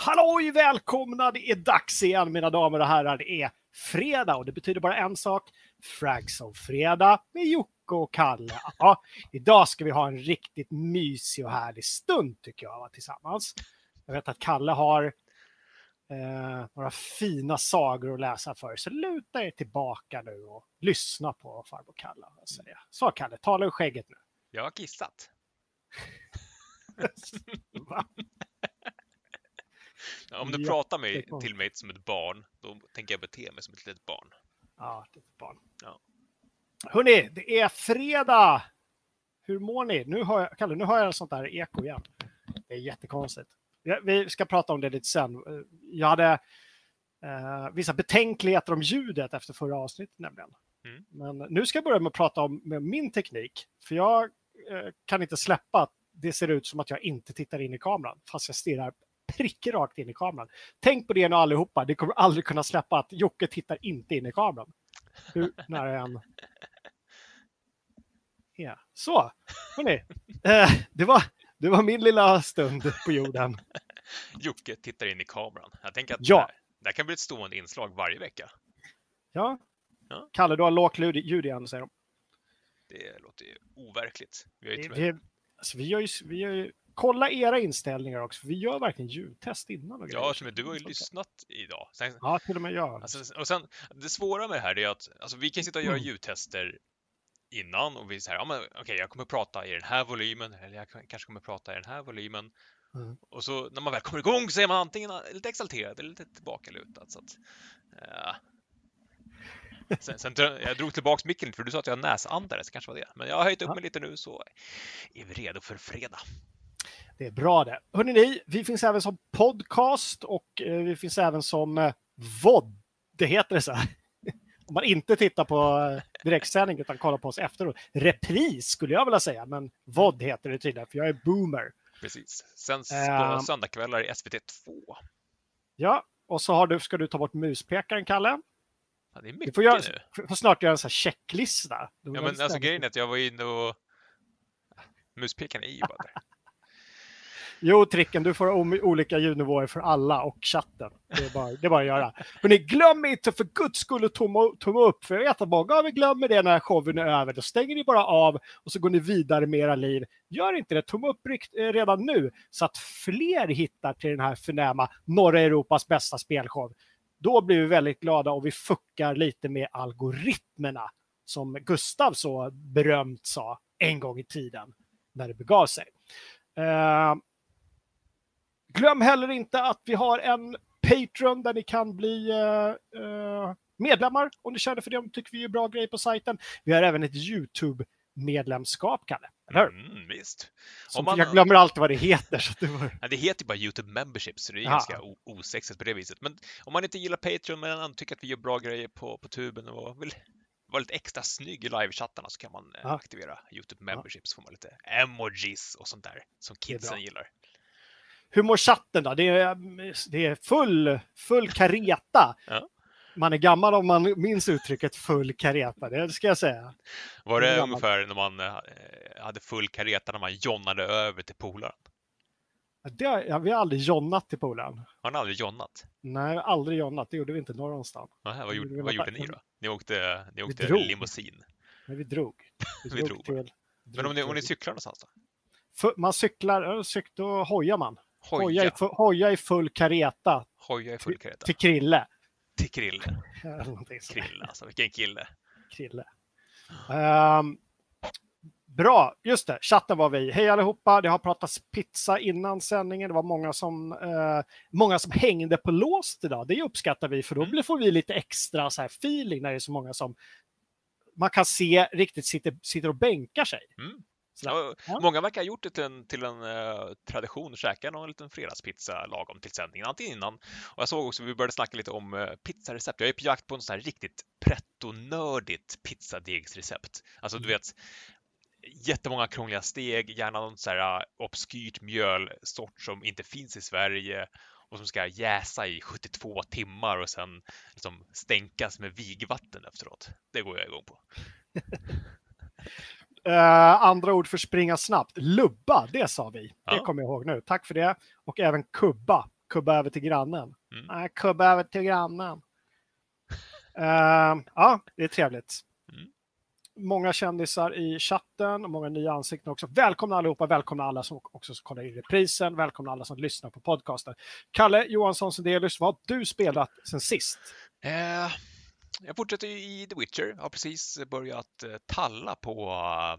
Halloj, välkomna! Det är dags igen, mina damer och herrar. Det är fredag och det betyder bara en sak. Fragzone-fredag med Jocke och Kalle. Ja, idag ska vi ha en riktigt mysig och härlig stund tycker jag tillsammans. Jag vet att Kalle har några fina sagor att läsa för. Så luta er tillbaka nu och lyssna på farbror Kalle. Så Kalle, tala ur skägget nu. Jag har kissat. Om du pratar till mig som ett barn, då tänker jag bete mig som ett litet barn. Ja, ett litet barn. Ja. Hörrni, det är fredag! Hur mår ni? Kalle, nu hör jag sånt där eko igen. Det är jättekonstigt. Vi ska prata om det lite sen. Jag hade vissa betänkligheter om ljudet efter förra avsnittet nämligen. Mm. Men nu ska jag börja med att prata om min teknik. För jag kan inte släppa att det ser ut som att jag inte tittar in i kameran. Fast jag stirrar rakt in i kameran. Tänk på det nu allihopa. Det kommer aldrig kunna släppa att Jocke tittar inte in i kameran. Hur nära är han? Ja, så. Hörrni, det var min lilla stund på jorden. Jocke tittar in i kameran. Jag tänker att det kan bli ett stående inslag varje vecka. Ja. Kalle, du har lågt ljud igen, säger de. Det låter ju overkligt. Vi gör ju kolla era inställningar också, för vi gör verkligen ljudtest innan. Ja, men du har ju lyssnat idag. Ja, till och med jag. Alltså, och sen, det svåra med det här är att vi kan sitta och göra ljudtester innan och vi säger, ja men okej, jag kommer prata i den här volymen, eller jag kanske kommer prata i den här volymen. Mm. Och så när man väl kommer igång så är man antingen lite exalterad eller lite tillbakalutad. Så att, sen jag drog tillbaka micken lite, för du sa att jag har näsandare, så kanske var det. Men jag har höjt upp mig lite nu, så är vi redo för fredag. Det är bra det. Hörrni, vi finns även som podcast och vi finns även som VOD. Det heter det så här. Om man inte tittar på direktsändning utan kollar på oss efteråt. Repris skulle jag vilja säga, men VOD heter det tydligen, för jag är boomer. Precis. Sen på söndagskvällar i SVT2. Ja, och så ska du ta bort muspekaren, Kalle. Ja, det är mycket du får snart göra en sån här checklista. Ja, men alltså grejen är att jag var inne och muspekaren är ju bara där. Jo, tricken, du får olika ljudnivåer för alla och chatten. Det är bara att göra. Men ni glöm inte för guds skull att tumma upp. För jag vet att många av er glömmer det när showen är över. Då stänger ni bara av och så går ni vidare med era liv. Gör inte det. Tumma upp redan nu så att fler hittar till den här förnäma norra Europas bästa spelshow. Då blir vi väldigt glada och vi fuckar lite med algoritmerna. Som Gustav så berömt sa en gång i tiden när det begav sig. Glöm heller inte att vi har en Patreon där ni kan bli medlemmar om ni känner för det, om ni tycker vi är bra grejer på sajten. Vi har även ett YouTube-medlemskap, Kalle. Eller? Visst. Jag glömmer alltid vad det heter. Så det heter ju bara YouTube Membership, så det är ganska osexigt på det viset. Men om man inte gillar Patreon men tycker att vi gör bra grejer på tuben och vill vara lite extra snygg i livechattarna, så kan man aktivera YouTube Membership, så får man lite emojis och sånt där som kidsen gillar. Hur mår chatten då? Det är full kareta. Ja. Man är gammal om man minns uttrycket full kareta, det ska jag säga. Var det ungefär när man hade full kareta när man jonnade över till polaren? Vi har aldrig jonnat till polaren. Har ni aldrig jonnat? Nej, aldrig jonnat. Det gjorde vi inte någonstans. Vad gjorde ni då? Ni åkte limousin? Nej, vi drog. Men om ni cyklar någonstans då? Man cyklar, då hojar man. Hoja i full kareta. Hoja i full kareta. Till Krille. Till Krille. Krille, alltså vilken kille. Krille. Bra, just det. Chatten var vi. Hej allihopa, det har pratats pizza innan sändningen. Det var många som hängde på låst idag. Det uppskattar vi, för då får vi lite extra så här feeling när det är så många som man kan se riktigt sitter och bänkar sig. Ja. Många verkar ha gjort det till en tradition att käka någon liten fredagspizza lagom till sändningen, antingen innan. Och jag såg också, vi började snacka lite om pizzarecept. Jag är på jakt på en sån här riktigt pretto-nördigt pizzadegsrecept. Alltså du vet, jättemånga krångliga steg, gärna någon så här obskyrt mjölsort som inte finns i Sverige och som ska jäsa i 72 timmar och sen liksom stänkas med vigvatten efteråt. Det går jag igång på. Andra ord för springa snabbt. Lubba, det sa vi. Det kommer jag ihåg nu. Tack för det. Och även kubba. kubba över till grannen. Mm. Nej, kubba över till grannen. Ja, det är trevligt. Mm. Många kändisar i chatten, många nya ansikten också. Välkomna allihopa, välkomna alla som också kollar in reprisen, välkomna alla som lyssnar på podcasten. Kalle Johansson Sundelius, vad har du spelat sen sist? Jag fortsätter i The Witcher. Jag har precis börjat talla på...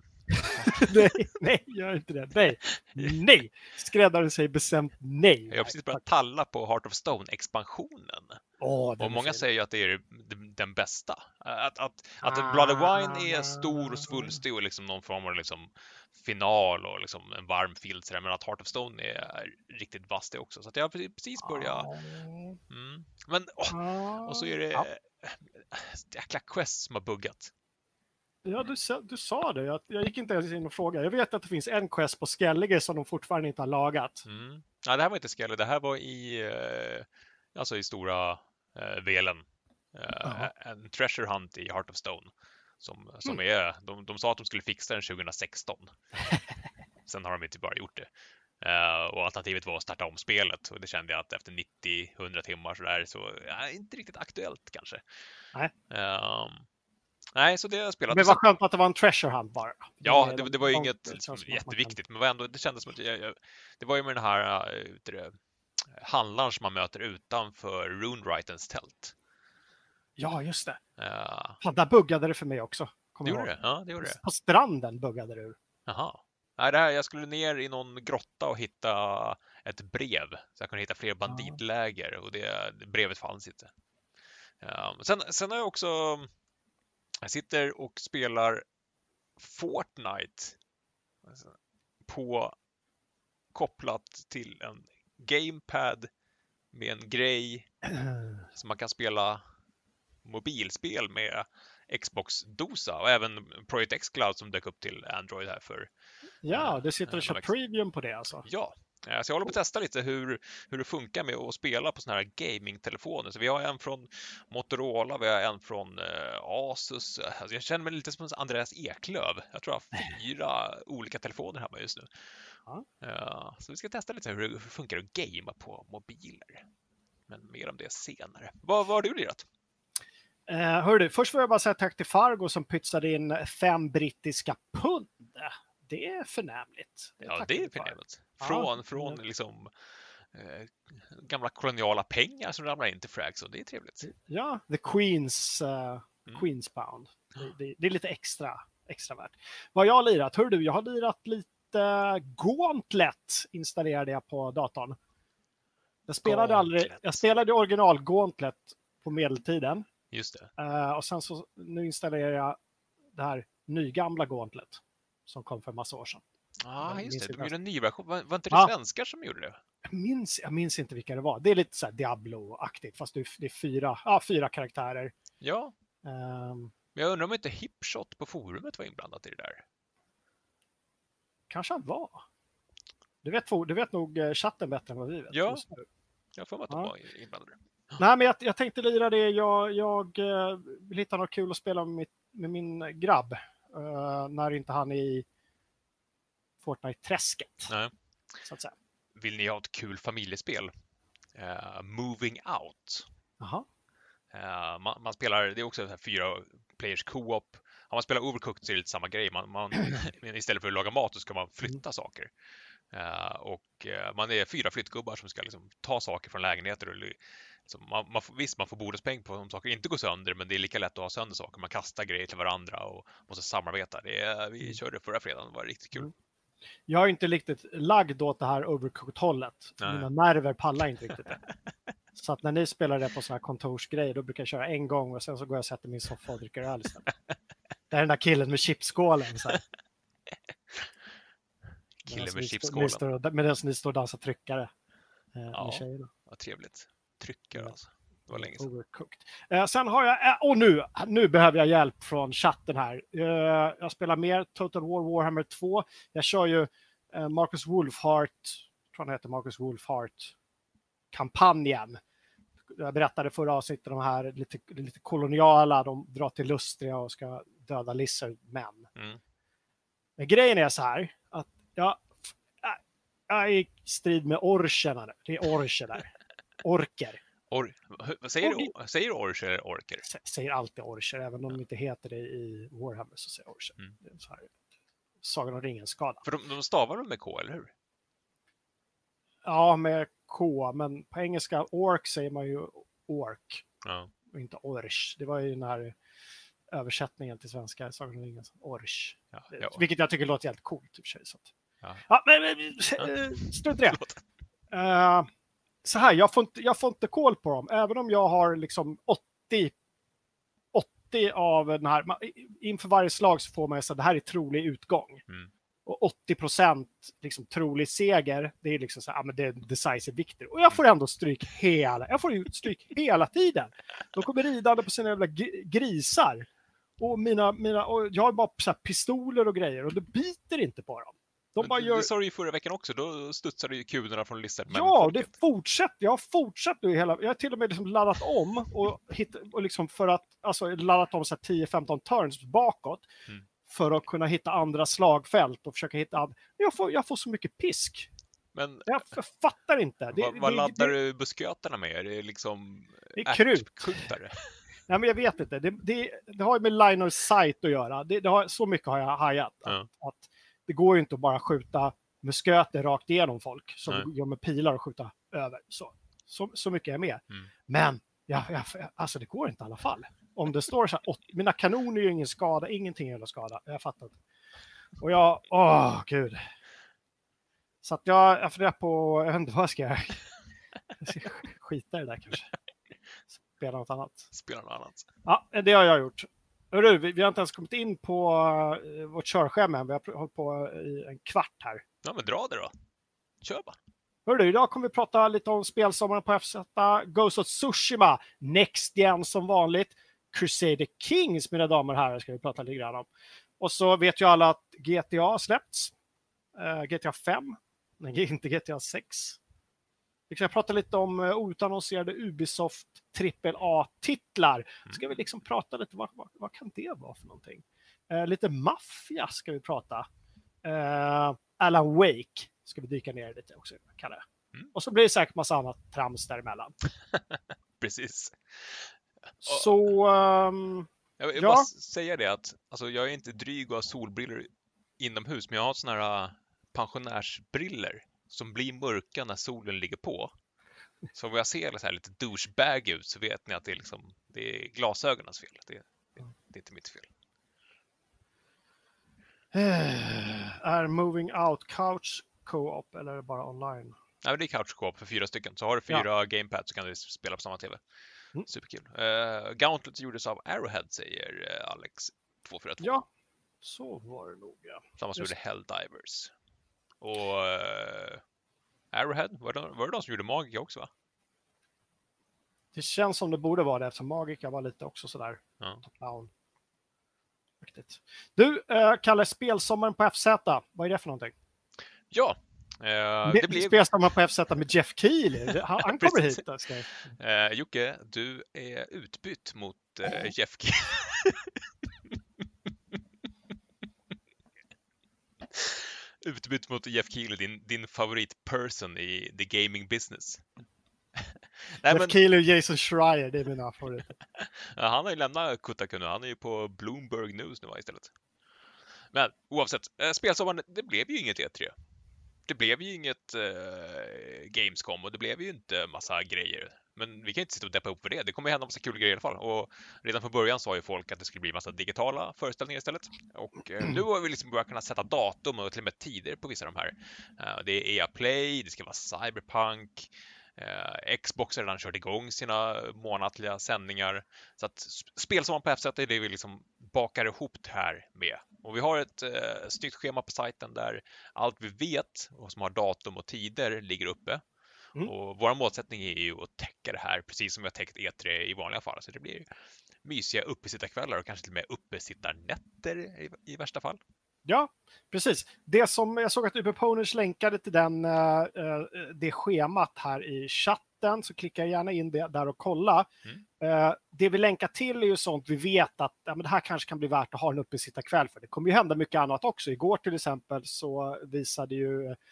nej, gör inte det. Nej! Skräddaren säger bestämt nej. Jag har precis börjat talla på Heart of Stone-expansionen. Och många säger att det är den bästa. Att Blood and Wine är stor och svulstig och liksom någon form av liksom final och liksom en varm filt, men att Heart of Stone är riktigt vasst också. Så att jag har precis börjat... Men, och så är det jäkla quest som har buggat. Ja, du sa det. Jag gick inte ens in och frågade. Jag vet att det finns en quest på Skellige som de fortfarande inte har lagat. Nej, det här var inte Skellige. Det här var i stora velen. En treasure hunt i Heart of Stone. Som är... De sa att de skulle fixa den 2016. Sen har de inte bara gjort det. Och alternativet var att starta om spelet. Och det kände jag att efter 90-100 timmar så inte riktigt aktuellt kanske. Nej. Nej, så det har jag spelat. Men vad skönt att det var en treasure hunt bara. Ja, det var ju inget jätteviktigt, men det kändes som att det var ju med den här handlaren som man möter utanför Runewritens tält. Ja, just det. Där buggade det för mig också. Det gjorde det? Ja, det gjorde det. På stranden buggade det ur. Jaha. Nej, jag skulle ner i någon grotta och hitta ett brev. Så jag kunde hitta fler banditläger och det brevet fanns inte. Sen har jag också... Jag sitter och spelar Fortnite kopplat till en gamepad med en grej så man kan spela mobilspel med Xbox-dosa och även Project X Cloud som dök upp till Android här för... Ja, det sitter och kör premium på det alltså. Ja, så jag håller på att testa lite hur det funkar med att spela på såna här gaming-telefoner. Så vi har en från Motorola, vi har en från Asus. Alltså jag känner mig lite som Andreas Eklöf. Jag tror jag har 4 olika telefoner hemma just nu. Så vi ska testa lite hur det funkar att gamea på mobiler. Men mer om det senare. Vad har du lirat? Hörru, först vill jag bara säga tack till Fargo som pytsade in 5 brittiska pund. Det är förnämligt. Det är förnämligt. Från liksom gamla koloniala pengar som ramlar in till Frags och det är trevligt. Ja, the Queen's pound. Det är lite extra värt. Vad jag har lirat? Hör du, jag har lirat lite Gauntlet installerade jag på datorn. Jag spelade original Gauntlet på medeltiden. Just det. Och sen så nu installerar jag det här nygamla Gauntlet som kom för en massa år sedan. Just det. De gjorde en ny version. Var inte det svenskar som gjorde det? Jag minns inte vilka det var. Det är lite så här Diablo-aktigt, fast det är 4 karaktärer. Ja. Men jag undrar om inte Hipshot på forumet var inblandat i det där. Kanske han var. Du vet nog chatten bättre än vad vi vet. Ja, jag får att de var inblandade. Nej, men jag tänkte lira det. Jag vill hitta något kul att spela med min grabb. När inte han är i Fortnite-träsket. Nej. Så att säga. Vill ni ha ett kul familjespel? Moving Out. Aha. Man spelar, det är också 4 players co-op. Om man spelar Overcooked så är det lite samma grej. Istället för att laga mat så ska man flytta saker. Och man är 4 flyttgubbar som ska liksom ta saker från lägenheter. Och, liksom, man får bonuspeng på om saker inte går sönder, men det är lika lätt att ha sönder saker. Man kastar grejer till varandra och måste samarbeta. Vi körde förra fredagen, det var riktigt kul. Jag är inte riktigt lagd åt det här Overcooked-hållet. Mina nerver pallar inte riktigt det. Så att när ni spelar det på såna här kontorsgrejer, då brukar jag köra en gång och sen så går jag och sätter min soffa och dricker öl istället. Det är den där killen med chipsskålen. Så här. Killen med chipsskålen. Medan ni står och dansar tryckare. Ja, vad trevligt. Tryckare alltså. Det var länge sedan. Overcooked. Sen har jag, och nu behöver jag hjälp från chatten här. Jag spelar mer Total War Warhammer 2. Jag kör ju Marcus Wolfhart, tror han heter Marcus Wolfhart-kampanjen. Jag berättade förra avsnittet om de här lite koloniala, de drar till Lustria och ska döda lizardmän. Men grejen är så här, att jag är i strid med orcherna. Det är orcher där. orker. Säger du orcher eller orker? Säger alltid orcher, även om de inte heter det i Warhammer så säger orcher. Det är så här, Sagan om ringen skada. För de stavar dem med K, eller hur? Ja, med K, men på engelska ork säger man ju ork. Ja. Och inte orch. Det var ju den här översättningen till svenska, Sagan om ringen, orch. Ja. Vilket jag tycker låter helt coolt i och för sig. Så att. Ja. Men strunt i det. Så här, jag får inte koll på dem. Även om jag har liksom 80 av den här. Inför varje slag så får man så att det här är trolig utgång. Och 80% liksom trolig seger. Det är liksom så här, men det är decisive victory. Och jag får ändå stryk hela tiden. De kommer ridande på sina jävla grisar. Och och jag har bara så här pistoler och grejer. Och det biter inte på dem. Det sa du ju förra veckan också, då studsade ju kulorna från listan. Ja, det fortsätter. Jag har fortsatt nu jag har till och med liksom laddat om och liksom för att laddat om så 10-15 turns bakåt för att kunna hitta andra slagfält och försöka hitta jag får så mycket pisk. Men jag fattar inte. Vad laddar du busköterna med? Är det liksom det är krut. Nej, men jag vet inte. Det har ju med line of sight att göra. Så mycket har jag hajat. Att det går ju inte att bara skjuta musköter rakt igenom folk som gör med pilar och skjuta över. Så mycket är jag med. Men alltså det går inte i alla fall. Om det står så här, mina kanoner är ju ingen skada, ingenting är skada. Jag fattar inte. Och gud. Så att jag funderar på, jag vet inte vad jag ska skita i det där kanske. Spela något annat. Ja, det har jag gjort. Hörru, vi har inte ens kommit in på vårt körschema än. Vi har hållit på i en kvart här. Ja, men dra det då. Kör bara. Hörru, idag kommer vi prata lite om spelsommaren på FZ, Ghost of Tsushima, Next Gen som vanligt, Crusader Kings, mina damer och herrar, ska vi prata lite grann om. Och så vet ju alla att GTA släppts. GTA 5, nej inte GTA 6. Vi ska prata lite om utannonserade Ubisoft AAA-titlar. Ska vi liksom prata lite, vad kan det vara för någonting? Lite maffia ska vi prata. Alan Wake ska vi dyka ner lite också. Och så blir det säkert massa annat trams däremellan. Precis. Så... jag vill bara säga det att alltså, jag är inte dryg och har solbriller inomhus, men jag har såna här pensionärsbriller som blir mörka när solen ligger på. Så om jag ser så här lite douchebag ut så vet ni att det är glasögonens fel. Det är inte mitt fel. Är Moving Out couch co-op eller är det bara online? Nej, det är couch co-op för 4 stycken. Så har du 4 gamepads så kan du spela på samma tv. Superkul. Gauntlet gjordes av Arrowhead, säger Alex 242. Ja, så var det nog. Ja. Samma som gjorde Helldivers. Och Arrowhead, var det de som gjorde Magica också, va? Det känns som det borde vara det, eftersom Magica var lite också sådär top-down. Du, Kalle, spelsommaren på FZ, vad är det för någonting? Ja, det blev... Spelsommaren på FZ med Jeff Keighley, han kommer hit. Jocke, du är utbytt mot Jeff Keighley. Utbytt mot Jeff Keighley, din favoritperson i the gaming business. Jeff Keighley och Jason Schreier, det är mina favoriter. Ja, han har ju lämnat Kotaku nu, han är ju på Bloomberg News nu istället. Men oavsett, spelsommaren, det blev ju inget E3. Det blev ju inget Gamescom och det blev ju inte massa grejer. Men vi kan inte sitta och deppa upp för det. Det kommer hända massa kul grejer i alla fall. Och redan från början sa ju folk att det skulle bli massa digitala föreställningar istället. Och nu har vi liksom börjat kunna sätta datum och till och med tider på vissa av de här. Det är EA Play, det ska vara Cyberpunk. Xbox har redan kört igång sina månatliga sändningar. Så att spelsommaren på FZ är det vi liksom bakar ihop det här med. Och vi har ett snyggt schema på sajten där allt vi vet och som har datum och tider ligger uppe. Och vår målsättning är ju att täcka det här precis som vi har täckt E3 i vanliga fall. Så det blir mysiga uppesittarkvällar och kanske till och med uppesittarnätter i värsta fall. Ja, precis. Det som jag såg att Uberponers länkade till det schemat här i chatten, så klicka gärna in det där och kolla. Det vi länkar till är ju sånt vi vet att men det här kanske kan bli värt att ha en uppesittarkväll för. Det kommer ju hända mycket annat också. Igår till exempel så visade ju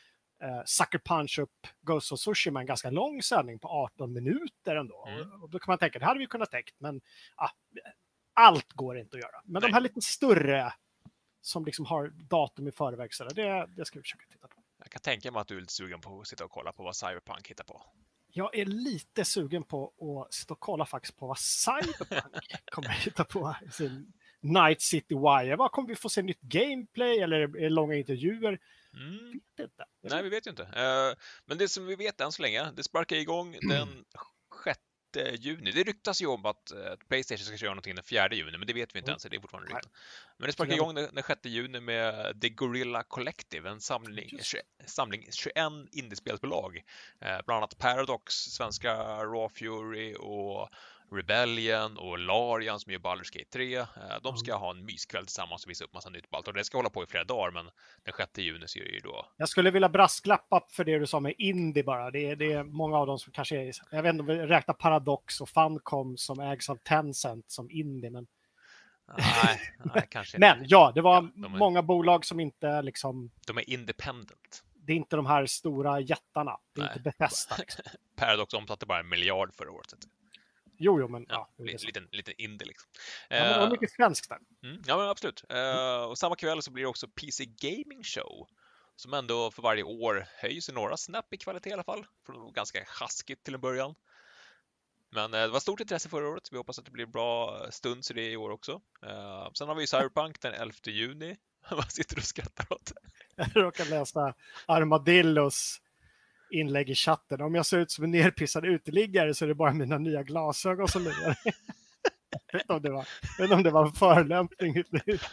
Sucker Punch upp Ghost of Tsushima, en ganska lång sändning på 18 minuter ändå. Och då kan man tänka, det hade vi kunnat tänkt, men allt går inte att göra. Men de här lite större som liksom har datum i förväg, så det ska vi försöka titta på. Jag kan tänka mig att du är lite sugen på att sitta och kolla på vad Cyberpunk hittar på. Jag är lite sugen på att sitta och kolla faktiskt på vad Cyberpunk kommer att hitta på i sin Night City Wire. Vad kommer vi få se nytt gameplay eller är det långa intervjuer? Vet inte. Nej, vi vet ju inte. Men det som vi vet än så länge, det sparkar igång den 6 juni. Det ryktas ju om att PlayStation ska köra någonting den 4 juni, men det vet vi inte ens. Det är fortfarande rykten. Men det sparkar igång den 6 juni med The Guerrilla Collective, en samling 21 indiespelsbolag. Bland annat Paradox, svenska Raw Fury och Rebellion och Larian som är Baldur's Gate 3. De ska ha en myskväll tillsammans och visa upp massa nytt på allt. Och det ska hålla på i flera dagar, men den 6 juni så är det ju då. Jag skulle vilja brasklappa för det du sa med indie bara. Det är många av dem som kanske är, jag vet inte om vi räknar Paradox och Funcom som ägs av Tencent som indie, men nej kanske inte. Men ja, det var de många bolag som inte liksom. De är independent. Det är inte de här stora jättarna. Det är inte Bethesda. Liksom. Paradox omsatte bara 1 miljard förra året. Jo, men liten indie liksom. Ja, men det var mycket svenskt där. Ja, men absolut. Och samma kväll så blir det också PC Gaming Show som ändå för varje år höjs i några snäpp i kvalitet i alla fall. Från ganska sjaskigt till en början. Men det var stort intresse förra året. Vi hoppas att det blir bra stund i det i år också. Sen har vi Cyberpunk den 11 juni. Vad sitter du och skrattar åt? Jag råkar läsa Armadillos inlägg i chatten. Om jag ser ut som en nerpissad uteliggare så är det bara mina nya glasögon som ligger. Jag vet inte om det var en förolämpning.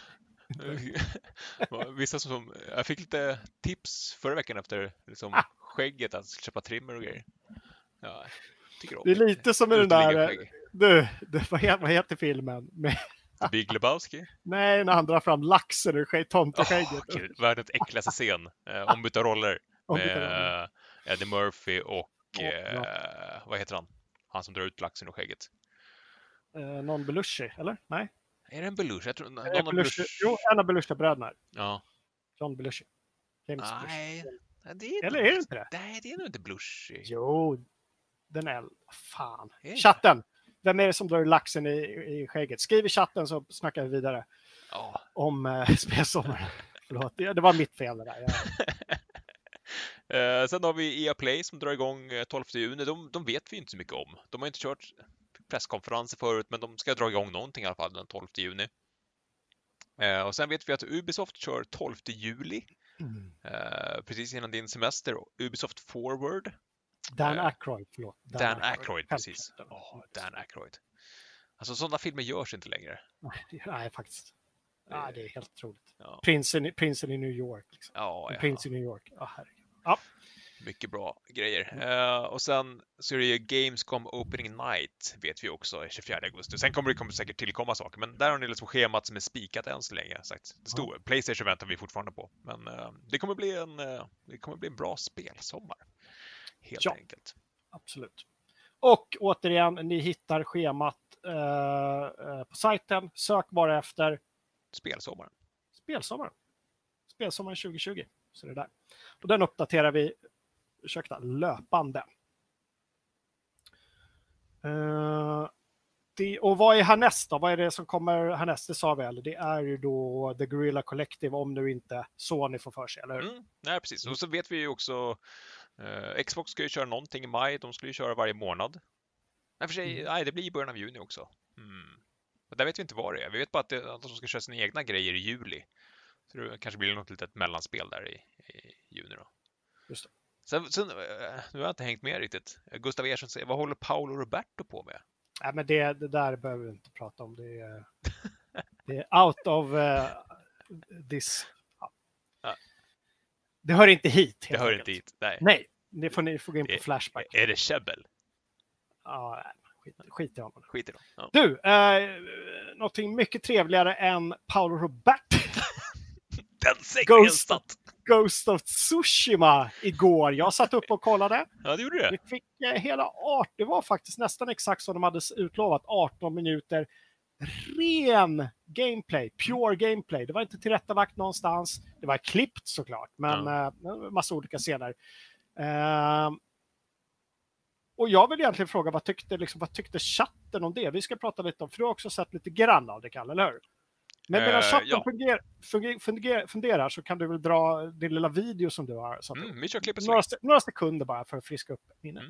Vissa som, jag fick lite tips förra veckan efter liksom, skägget att köpa trimmer och grejer. Ja, det är lite som den där, vad heter filmen? Med Big Lebowski? Nej, när han drar fram laxen ur tomteskägget. Världens äckligaste scen. Ombytta roller. Med Eddie Murphy och vad heter han? Han som drar ut laxen ur skägget. Någon Belushi, eller? Nej. Är det en Belushi? Jag tror Jo, en av Belushi-bröderna. Ja. John Belushi. Nej. Eller är det inte det? Nej, det är nog inte Belushi. Jo, den är... Fan. Chatten! Vem är det som drar laxen i skägget? Skriv i chatten så snackar vi vidare. Om spelsommaren. Förlåt, det var mitt fel det där. Sen har vi EA Play som drar igång 12 juni. De vet vi inte så mycket om. De har inte kört presskonferenser förut, men de ska dra igång någonting i alla fall den 12 juni. Och sen vet vi att Ubisoft kör 12 juli. Precis innan din semester. Ubisoft Forward. Dan Aykroyd, förlåt. Dan Aykroyd, precis. Dan Aykroyd. Alltså sådana filmer görs inte längre. Nej, faktiskt. Det är helt otroligt. Ja. Prinsen i New York. Liksom. Prince i New York. Herregud. Ja. Mycket bra grejer. Och sen så är det ju Gamescom Opening Night, vet vi också, 24 augusti. Sen kommer det säkert tillkomma saker, men där har ni liksom schemat som är spikat än så länge. Sagt. Det stora PlayStation väntar vi fortfarande på. Men det kommer bli en bra spelsommar. Helt enkelt. Absolut. Och återigen, ni hittar schemat på sajten. Sök bara efter Spelsommaren 2020. Så det är där. Och den uppdaterar vi löpande. Och vad är härnäst då? Vad är det som kommer härnäst? Det sa vi, eller? Det är ju då The Guerrilla Collective, om nu inte Sony får för sig, eller hur? Nej, precis. Och så vet vi ju också Xbox ska ju köra någonting i maj. De skulle ju köra varje månad. Nej, för sig, det blir i början av juni också. Och där vet vi inte vad det är. Vi vet bara att de ska köra sina egna grejer i juli. Så det kanske blir något litet mellanspel där i juni då. Just det. Sen, nu har jag inte hängt med riktigt. Gustav Ersson säger, vad håller Paolo Roberto på med? Nej, men det där behöver vi inte prata om. Det är out of this. Ja. Det hör inte hit. Det hör inte hit, nej. Det får ni gå in på Flashback. Är det käbbel? Ja, skit i honom. Ja. Du, någonting mycket trevligare än Paolo Roberto. Den segmentet. Ghost of Tsushima igår. Jag satt upp och kollade. Ja, det gjorde det. Vi fick hela det var faktiskt nästan exakt som de hade utlovat. 18 minuter. ren gameplay, pure gameplay. Det var inte tillrättalagt någonstans. Det var klippt såklart, men massa olika scener. Och jag vill egentligen fråga, vad tyckte chatten om det? Vi ska prata lite om, för du har också sett lite grann av det, Kalle, eller hur? Men medan chatten funderar så kan du väl dra din lilla video som du har satt upp. Vi kör klippet några sekunder bara för att friska upp minnet.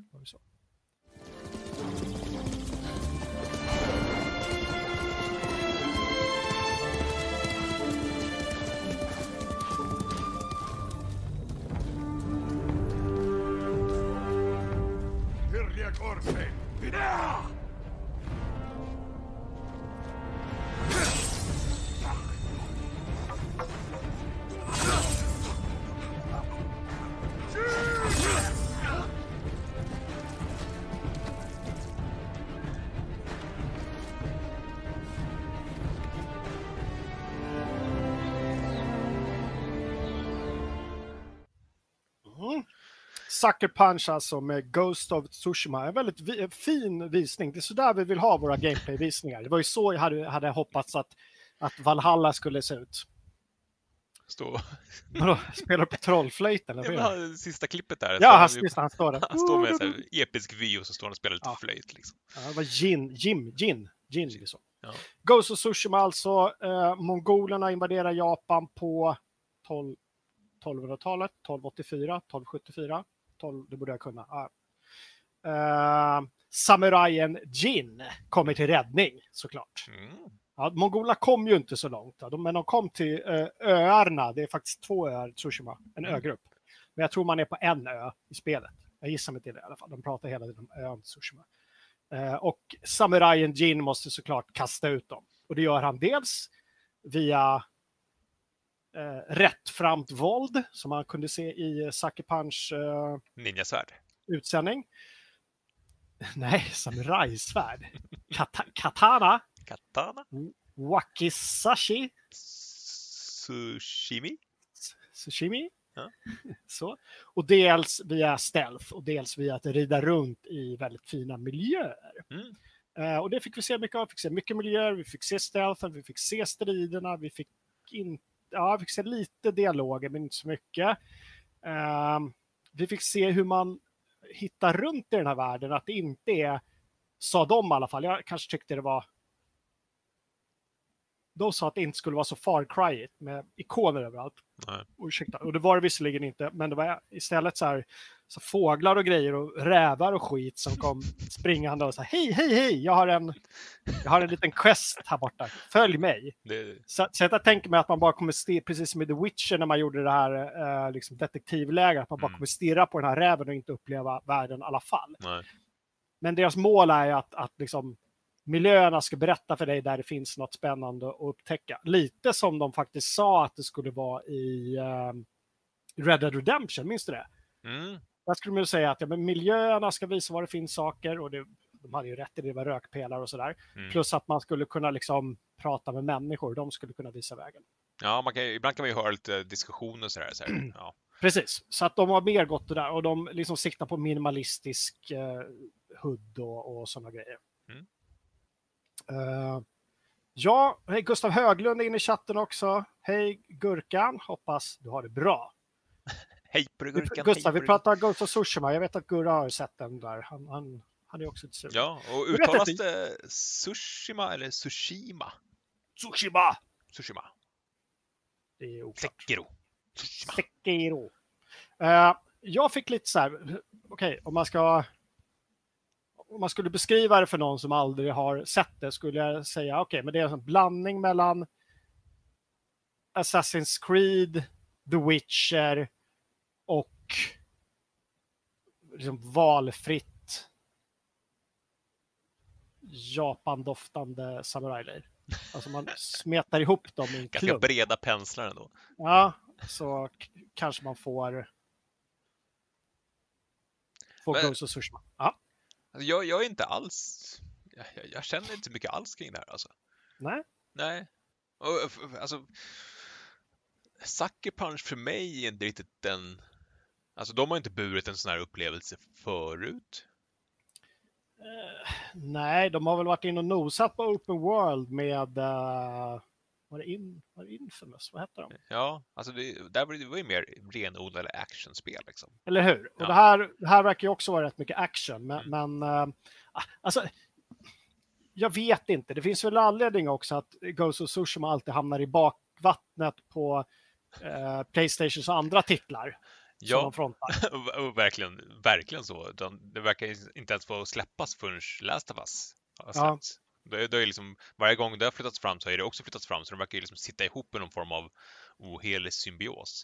Sucker Punch alltså med Ghost of Tsushima. En väldigt fin visning. Det är så där vi vill ha våra gameplay-visningar. Det var ju så jag hade hoppats att Valhalla skulle se ut. Spelar på trollflöjten? Eller? Sista klippet där. Ja, han står där. Han står med en sån här episk vy och så står han och spelar lite flöjt. Liksom. Ja, det var Jin liksom. Ja. Ghost of Tsushima alltså. Mongolerna invaderar Japan på 1200-talet, 1284, 1274. Det borde jag kunna. Samurajen Jin kommer till räddning, såklart. Ja, mongolerna kom ju inte så långt, men de kom till öarna. Det är faktiskt 2 öar, Tsushima, en ögrupp. Men jag tror man är på en ö i spelet. Jag gissar mig till det i alla fall. De pratar hela tiden om ön Tsushima. Och samurajen Jin måste såklart kasta ut dem. Och det gör han dels via rättframt våld, som man kunde se i Sucker Punch ninjasvärd utsändning. Nej, samurajsvärd. Katana. Wakizashi. Sushimi. Ja. Så. Och dels via stealth och dels via att rida runt i väldigt fina miljöer. Och det fick vi se mycket av. Vi fick se mycket miljöer, vi fick se stealthen, vi fick se striderna, vi fick se lite dialoger, men inte så mycket. Vi fick se hur man hittar runt i den här världen, att det inte är, sa de i alla fall, jag kanske tyckte det var, de sa att det inte skulle vara så Far Cry med ikoner överallt. Nej. Och det var det visserligen inte, men det var istället så fåglar och grejer och rävar och skit som kom springande och sa hej, jag har en liten quest här borta, följ mig. Så jag tänker mig att man bara kommer precis som i The Witcher när man gjorde det här liksom detektivläget, att man bara kommer stirra på den här räven och inte uppleva världen i alla fall. Nej. Men deras mål är att liksom miljöerna ska berätta för dig där det finns något spännande att upptäcka. Lite som de faktiskt sa att det skulle vara i Red Dead Redemption, minns du det? Där skulle man ju säga att miljöerna ska visa var det finns saker, och de hade ju rätt i det, var rökpelare och sådär. Plus att man skulle kunna liksom prata med människor, de skulle kunna visa vägen. Ja, ibland kan man ju höra lite diskussioner och sådär. Ja. Precis, så att de har mer gått det där, och de liksom siktar på minimalistisk HUD och sådana grejer. Hej, Gustav Höglund är inne i chatten också. Hej Gurkan, hoppas du har det bra. Hej på dig, Gurkan. Gustav, vi pratar Ghost of Tsushima. Jag vet att Gurra har sett den där. Han är också ett sur. Ja, och uttalas det Tsushima eller Tsushima? Tsushima. Det är oklart. Sekiro. Jag fick lite så här, okej, om man skulle beskriva det för någon som aldrig har sett det, skulle jag säga men det är en blandning mellan Assassin's Creed, The Witcher och liksom valfritt Japan-doftande samurajlir. Alltså man smetar ihop dem i en klubb. Ganska breda penslar ändå. Ja, så kanske man får Ghost of Tsushima. Ja. Alltså jag är inte alls... Jag känner inte så mycket alls kring det här. Alltså. Nej. Alltså, Sucker Punch för mig är inte riktigt den... Alltså de har inte burit en sån här upplevelse förut. Nej, de har väl varit in och nosat på Open World med var det Infamous? Vad heter de? Ja, alltså det var ju mer renodlade actionspel liksom. Eller hur? Ja. Och det här verkar ju också vara rätt mycket action, men alltså jag vet inte. Det finns väl anledning också att Ghost of Tsushima alltid hamnar i bakvattnet på PlayStations och andra titlar. Ja, och verkligen så. Det verkar inte ens få släppas förrän Last of Us har släppts. Det är liksom, varje gång det har flyttats fram så är det också flyttats fram, så de verkar ju liksom sitta ihop i någon form av ohelig symbios.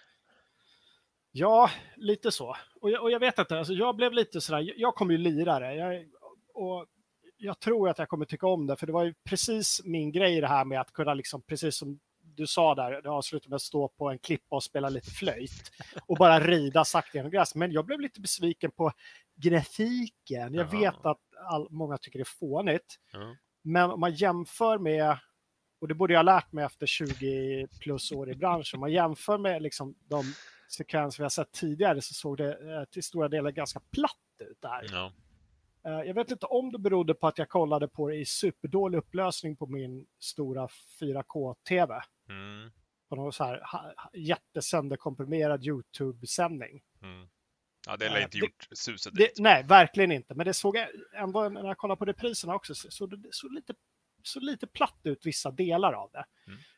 Ja, lite så. Och jag vet inte, alltså jag blev lite sådär, jag kommer ju lira det. Och jag tror att jag kommer tycka om det, för det var ju precis min grej det här med att kunna liksom, precis som du sa där, det avslutar med att stå på en klippa och spela lite flöjt och bara rida sakta genom gräs. Men jag blev lite besviken på grafiken. Jag vet att många tycker det är fånigt. Men om man jämför med, och det borde jag ha lärt mig efter 20 plus år i branschen, om man jämför med liksom de sekvenser vi har sett tidigare, så såg det till stora delar ganska platt ut där. Jag vet inte om det berodde på att jag kollade på det i superdålig upplösning på min stora 4K-tv. På någon så här jättesönderkomprimerad YouTube-sändning. Ja, det har inte gjort suset. Nej, verkligen inte. Men det såg ändå, när jag kollade på repriserna också, så det såg lite platt ut vissa delar av det.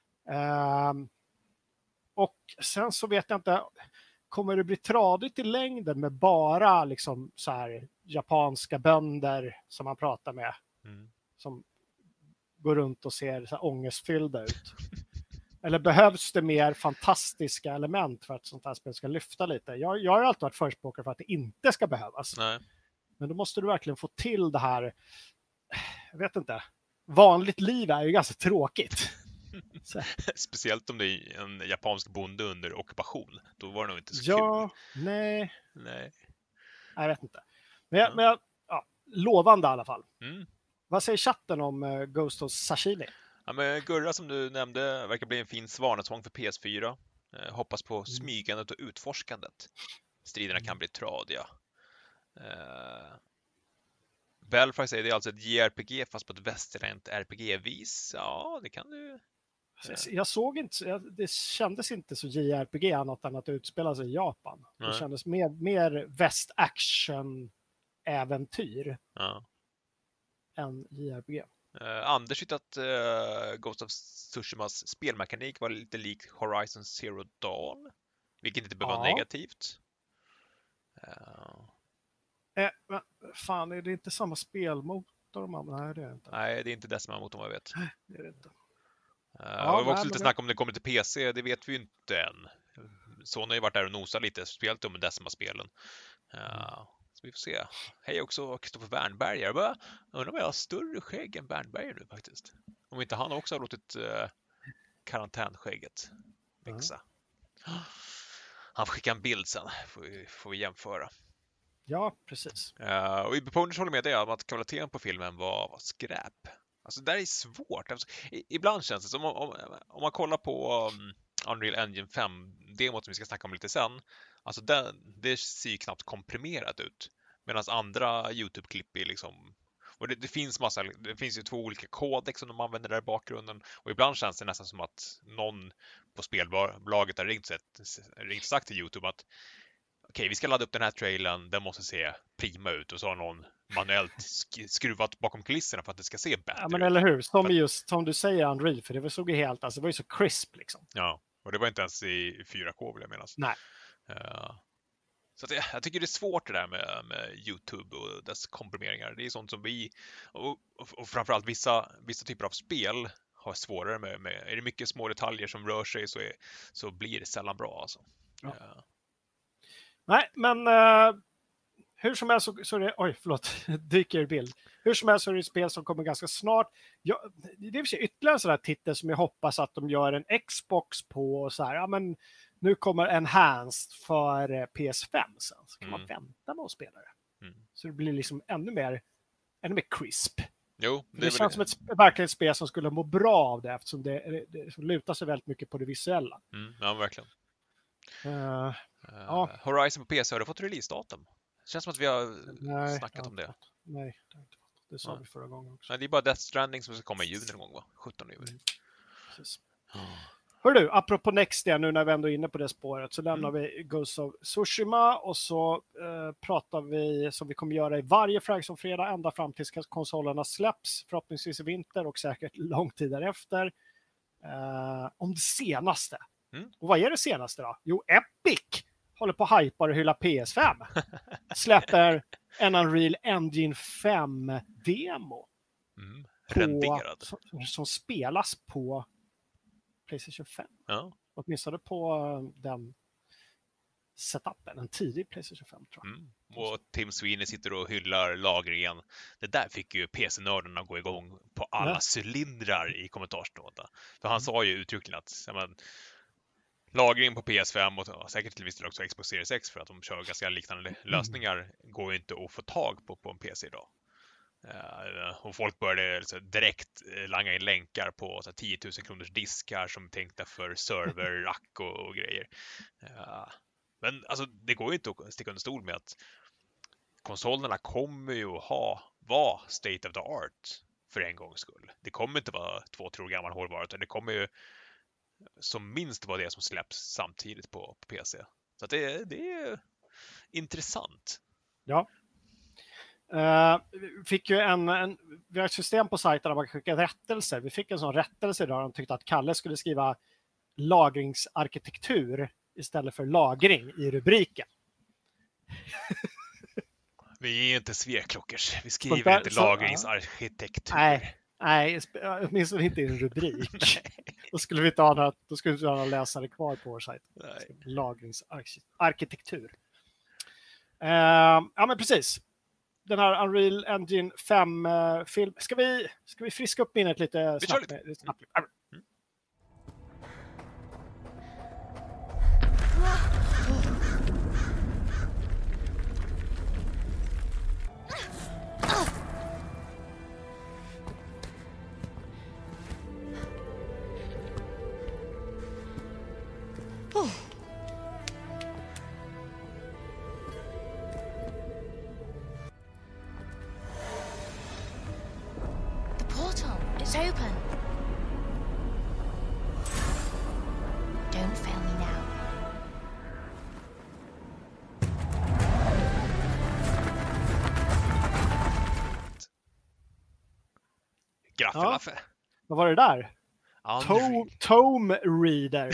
Och sen så vet jag inte, kommer det bli tradigt i längden med bara liksom så här japanska bönder som man pratar med, som går runt och ser så här ångestfyllda ut? Eller behövs det mer fantastiska element för att sånt här spel ska lyfta lite? Jag har alltid varit förespråkare för att det inte ska behövas. Nej. Men då måste du verkligen få till det här, jag vet inte, vanligt liv är ju ganska tråkigt. Speciellt om det är en japansk bonde under ockupation. Då var det nog inte så kul. Nej. Jag vet inte. Men lovande i alla fall. Vad säger chatten om Ghost of Sashimi? Ja, men Gurra som du nämnde verkar bli en fin svanesång för PS4. Hoppas på smygandet och utforskandet. Striderna kan bli tradiga. Belfry säger det är alltså ett JRPG fast på ett västerländskt RPG-vis. Ja, det kan du... Jag såg inte, det kändes inte så JRPG annat än att det utspelar sig i Japan. Det kändes mer väst-action-äventyr än JRPG. Anders tyckte att Ghost of Tsushimas spelmekanik var lite lik Horizon Zero Dawn, vilket inte behöver vara negativt. Fan, är det inte samma spelmotor? Nej, det är inte. Nej, det är inte Decima-motorn vad jag vet. Det är det inte. Det var också lite snack om det kommer till PC, det vet vi ju inte än. Sony har ju varit där och nosat lite, spelat med Decima-spelen. Så vi får se. Hej också Kristoffer Wernberger. Jag undrar om jag har större skägg än Wernberger nu faktiskt. Om inte han också har låtit karantänskägget växa. Han får skicka en bild sen, får vi jämföra. Ja, precis. Och Iberponers håller med dig om att kvaliteten på filmen var skräp. Alltså det där är svårt. Alltså, ibland känns det som om man kollar på Unreal Engine 5-demot som vi ska snacka om lite sen. Alltså det ser ju knappt komprimerat ut. Medan andra YouTube-klipp är liksom... Och det finns ju 2 olika kodex som de använder där i bakgrunden. Och ibland känns det nästan som att någon på spelbolaget har ringt sagt till YouTube att okej, vi ska ladda upp den här trailern, den måste se prima ut. Och så har någon manuellt skruvat bakom kulisserna för att det ska se bättre ut. Ja, men eller hur? Just som du säger, Unreal, för det såg ju helt, alltså det var ju så crisp liksom. Ja, och det var inte ens i 4K vill jag menas. Nej. Så att jag tycker det är svårt det där med YouTube och dess komprimeringar. Det är sånt som vi, och framförallt vissa typer av spel har svårare med. Är det mycket små detaljer som rör sig så blir det sällan bra alltså. Ja. Nej, men hur som helst så är det... Oj, förlåt. Dyker i bild. Hur som helst så är det ett spel som kommer ganska snart. Det är ytterligare en sån här titel som jag hoppas att de gör en Xbox på. Och så här, ja, men nu kommer Enhanced för PS5 sen. Så kan man vänta med att spela det. Så det blir liksom ännu mer crisp. Jo, det känns som verkligen ett spel som skulle må bra av det eftersom det lutar sig väldigt mycket på det visuella. Ja, verkligen. Ja. Horizon på PC, har du fått releasedatum? Det känns som att vi har snackat om det. Nej, det sa vi förra gången också. Nej, det är bara Death Stranding som ska komma i juni någon gång, va? 17 juni. Precis. Hör du, apropå Next igen, nu när vi ändå är inne på det spåret, så lämnar vi Ghost of Tsushima och så pratar vi som vi kommer göra i varje Fragsson-fredag ända fram tills konsolerna släpps, förhoppningsvis i vinter och säkert lång tid därefter, om det senaste. Och vad är det senaste då? Jo, Epic håller på att hypa och hylla PS5. Släpper en Unreal Engine 5-demo. Renderad. Som spelas på PlayStation 5. Ja. Åtminstone på den setupen, en tidig PlayStation 5 tror jag. Och Tim Sweeney sitter och hyllar lagringen. Det där fick ju PC-nördarna gå igång på alla cylindrar i kommentarslådan. För han sa ju uttryckligen att lagring på PS5 och säkert till viss del också Xbox Series X, för att de kör ganska liknande lösningar, går ju inte att få tag på en PC idag. Och folk började direkt langa in länkar på 10 000 kronors diskar som tänkta för server-rack och grejer. Men alltså, det går ju inte att sticka under stol med att konsolerna kommer ju att vara state of the art för en gångs skull. Det kommer inte vara 2-3 år gammal hårdvara, utan det kommer ju som minst vara det som släpps samtidigt på PC. Så att det är intressant. Ja. Fick ju vi har ett system på sajten där man kan skicka rättelser. Vi fick en sån rättelse idag. De tyckte att Kalle skulle skriva lagringsarkitektur istället för lagring i rubriken. Vi är inte sveklockers. Vi skriver inte lagringsarkitektur. Nej, åtminstone inte i en rubrik. Då skulle vi inte ha några läsare kvar på vår sajt. Lagringsarkitektur. Ja, men precis. Den här Unreal Engine 5-film. Ska vi friska upp minnet lite snabbt? It's open. Don't fail me now. Graffelaffe. Vad var det där? Tome Reader.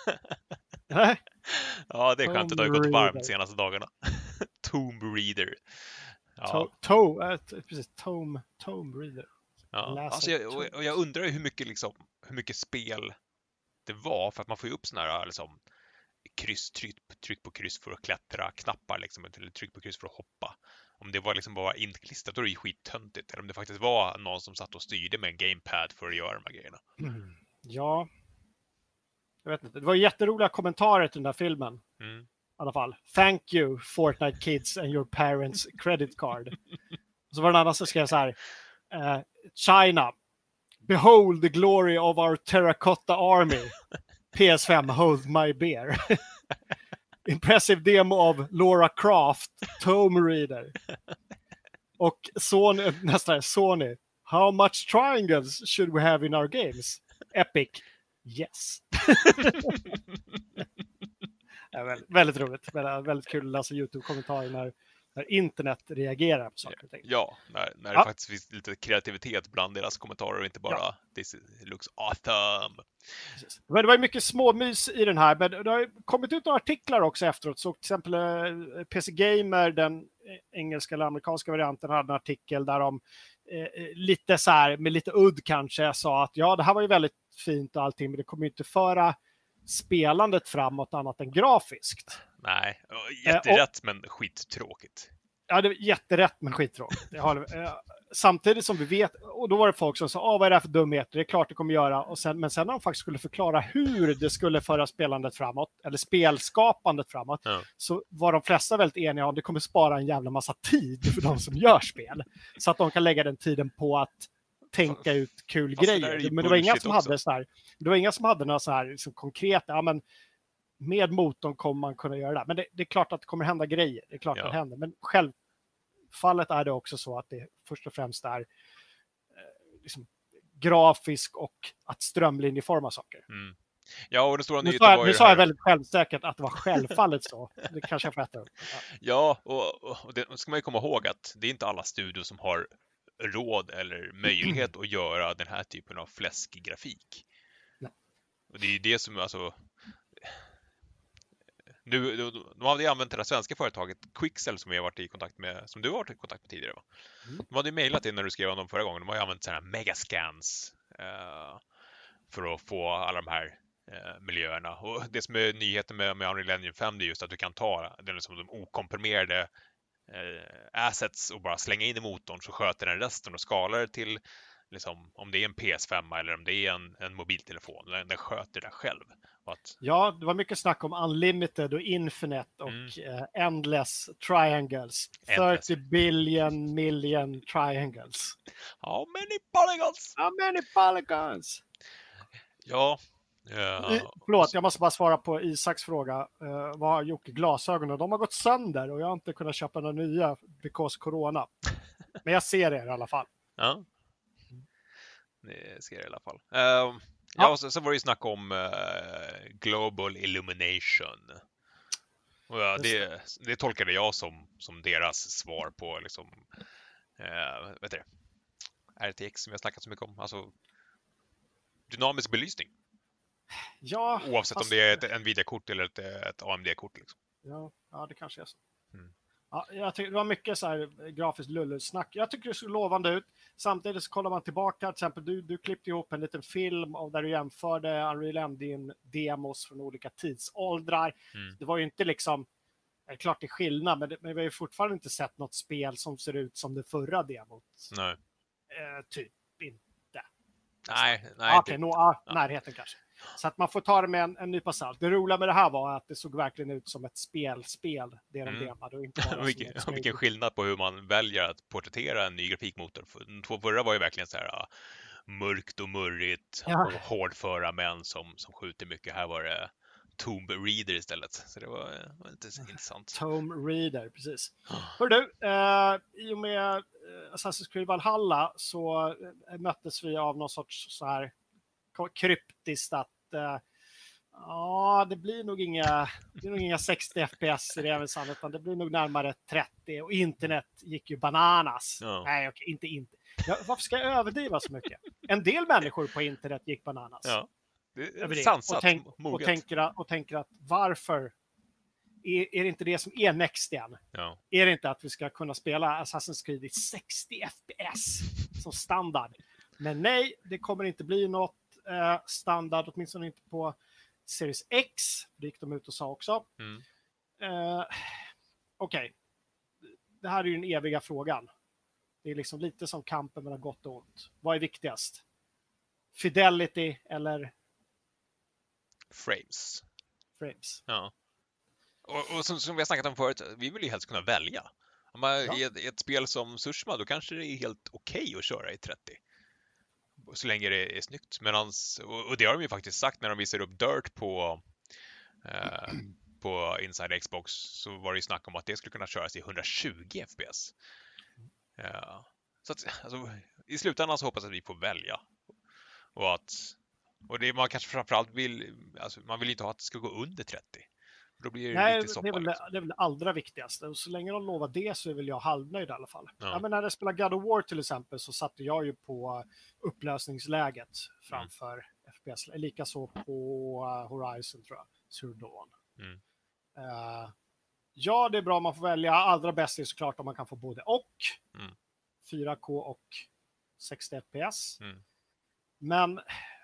Ja, det är skönt. Det har ju gått varmt de senaste dagarna. Tomb Reader. Ja. Precis, Tome Reader. Ja, alltså jag undrar ju hur mycket spel det var, för att man får ju upp såna här tryck på kryss för att klättra, knappar eller tryck på kryss för att hoppa. Om det var bara inklistrat, då är det ju skittöntigt. Eller om det faktiskt var någon som satt och styrde med en gamepad för att göra de här grejerna. Ja. Jag vet inte. Det var jätteroliga kommentarer till den här filmen. I alla fall. Thank you, Fortnite kids and your parents credit card. Och så var det en annan som skrev så här. China, behold the glory of our terracotta army. PS5, hold my beer. Impressive demo of Laura Croft, Tome Reader. Och Sony, how much triangles should we have in our games? Epic, yes. Väldigt roligt, väldigt kul att läsa YouTube-kommentarer när internet reagerar på saker och ting. Ja, när det faktiskt finns lite kreativitet bland deras kommentarer och inte bara this looks awesome. Precis. Men det var ju mycket småmys i den här, men det har kommit ut några artiklar också efteråt. Så till exempel PC Gamer, den engelska eller amerikanska varianten, hade en artikel där de lite så här, med lite udd kanske, sa att det här var ju väldigt fint och allting, men det kommer ju inte föra spelandet framåt annat än grafiskt. Nej, jätterätt men skittråkigt. Ja, det är jätterätt men skittråkigt. Samtidigt som vi vet, och då var det folk som sa, vad är det här för dumheter? Det är klart det kommer göra. Men sen när de faktiskt skulle förklara hur det skulle föra spelandet framåt, eller spelskapandet framåt, så var de flesta väldigt eniga om att det kommer spara en jävla massa tid för de som gör spel. Så att de kan lägga den tiden på att tänka ut kul grejer. Men det var inga som hade så här, det var inga som hade några så här liksom konkreta, men med motorn kommer man kunna göra det. Men det är klart att det kommer hända grejer. Det är klart att det händer. Men fallet är det också så att det först och främst är liksom grafisk och att strömlinjeforma saker. Mm. Ja, och den stora Nu nyheten var ju sa jag väldigt självsäkert att det var självfallet så. Det kanske jag får äta upp. Ja, och det ska man ju komma ihåg att det är inte alla studios som har råd eller möjlighet att göra den här typen av fläskig grafik. Nej. Och det är ju det som alltså nu, de hade ju använt det där svenska företaget Quixel som vi har varit i kontakt med, som du har varit i kontakt med tidigare, va? De hade ju mejlat in när du skrev om dem förra gången. De har ju använt sådana här megascans för att få alla de här miljöerna. Och det som är nyheten med Unreal Engine 5 det är just att du kan ta liksom de okomprimerade assets och bara slänga in i motorn så sköter den resten och skalar till liksom, om det är en PS5 eller om det är en mobiltelefon. Den sköter det själv. Ja, det var mycket snack om unlimited och infinite och endless triangles. 30 billion million triangles. How many polygons? How many polygons? Ja. Förlåt, jag måste bara svara på Isaks fråga. Vad har Jocke glasögonen? De har gått sönder och jag har inte kunnat köpa några nya because corona. Men jag ser det i alla fall. Ja. Det ser jag i alla fall. Ja, och så var det ju snack om Global Illumination. Och ja, det tolkade jag som deras svar på liksom, vet du, RTX som jag snackat så mycket om. Alltså dynamisk belysning. Ja, oavsett om det är ett Nvidia-kort eller ett AMD-kort. Liksom. Ja, det kanske är så. Ja, jag tycker det var mycket så här grafiskt lullesnack. Jag tycker det såg lovande ut. Samtidigt så kollar man tillbaka, till exempel du klippte ihop en liten film där du jämförde Unreal Engine-demos från olika tidsåldrar. Det var ju inte liksom, klart det är skillnad, men vi har ju fortfarande inte sett något spel som ser ut som det förra demot. Nej. Typ inte. Nej. Okej, närheten kanske. Så att man får ta det med en nypa salt. Det roliga med det här var att det såg verkligen ut som ett spel det de demade. Och inte bara vilken skillnad på hur man väljer att porträttera en ny grafikmotor. De två förra var ju verkligen så här mörkt och murrigt och hårdföra män som skjuter mycket. Här var det Tomb Raider istället. Så det var lite intressant. Tomb Raider, precis. Hör du, i och med Assassin's Creed Valhalla så möttes vi av någon sorts så här kryptiskt att det blir nog inga 60 FPS i det även sant, utan det blir nog närmare 30 och internet gick ju bananas. Nej, okej, inte. Varför ska jag överdriva så mycket? En del människor på internet gick bananas. Ja. Det är sansat, och tänker att varför är det inte det som är next igen? Ja. Är det inte att vi ska kunna spela Assassin's Creed i 60 FPS som standard? Men nej, det kommer inte bli något standard, åtminstone inte på Series X. Det gick de ut och sa också. Okej. Det här är ju den eviga frågan. Det är liksom lite som kampen mellan gott och ont. Vad är viktigast? Fidelity eller frames? Ja. Och som vi har snackat om förut, vi vill ju helst kunna välja. I ett spel som Tsushima, då kanske det är helt okej att köra i 30. Så länge det är snyggt. Och det har de ju faktiskt sagt när de visar upp Dirt på Inside Xbox, så var det ju snack om att det skulle kunna köras i 120 FPS. Så att, alltså, i slutändan så hoppas jag att vi får välja. Och det man kanske framförallt vill, alltså, man vill inte ha att det ska gå under 30. Då blir det riktigt soppa. Det är väl det allra viktigaste. Och så länge de lovar det så är väl jag halvnöjd i alla fall. Ja. Men när jag spelade God of War till exempel så satte jag ju på upplösningsläget framför FPS. Likaså på Horizon tror jag. Zero Dawn. Ja, det är bra om man får välja. Allra bäst är såklart om man kan få både och. 4K och 60 FPS. Men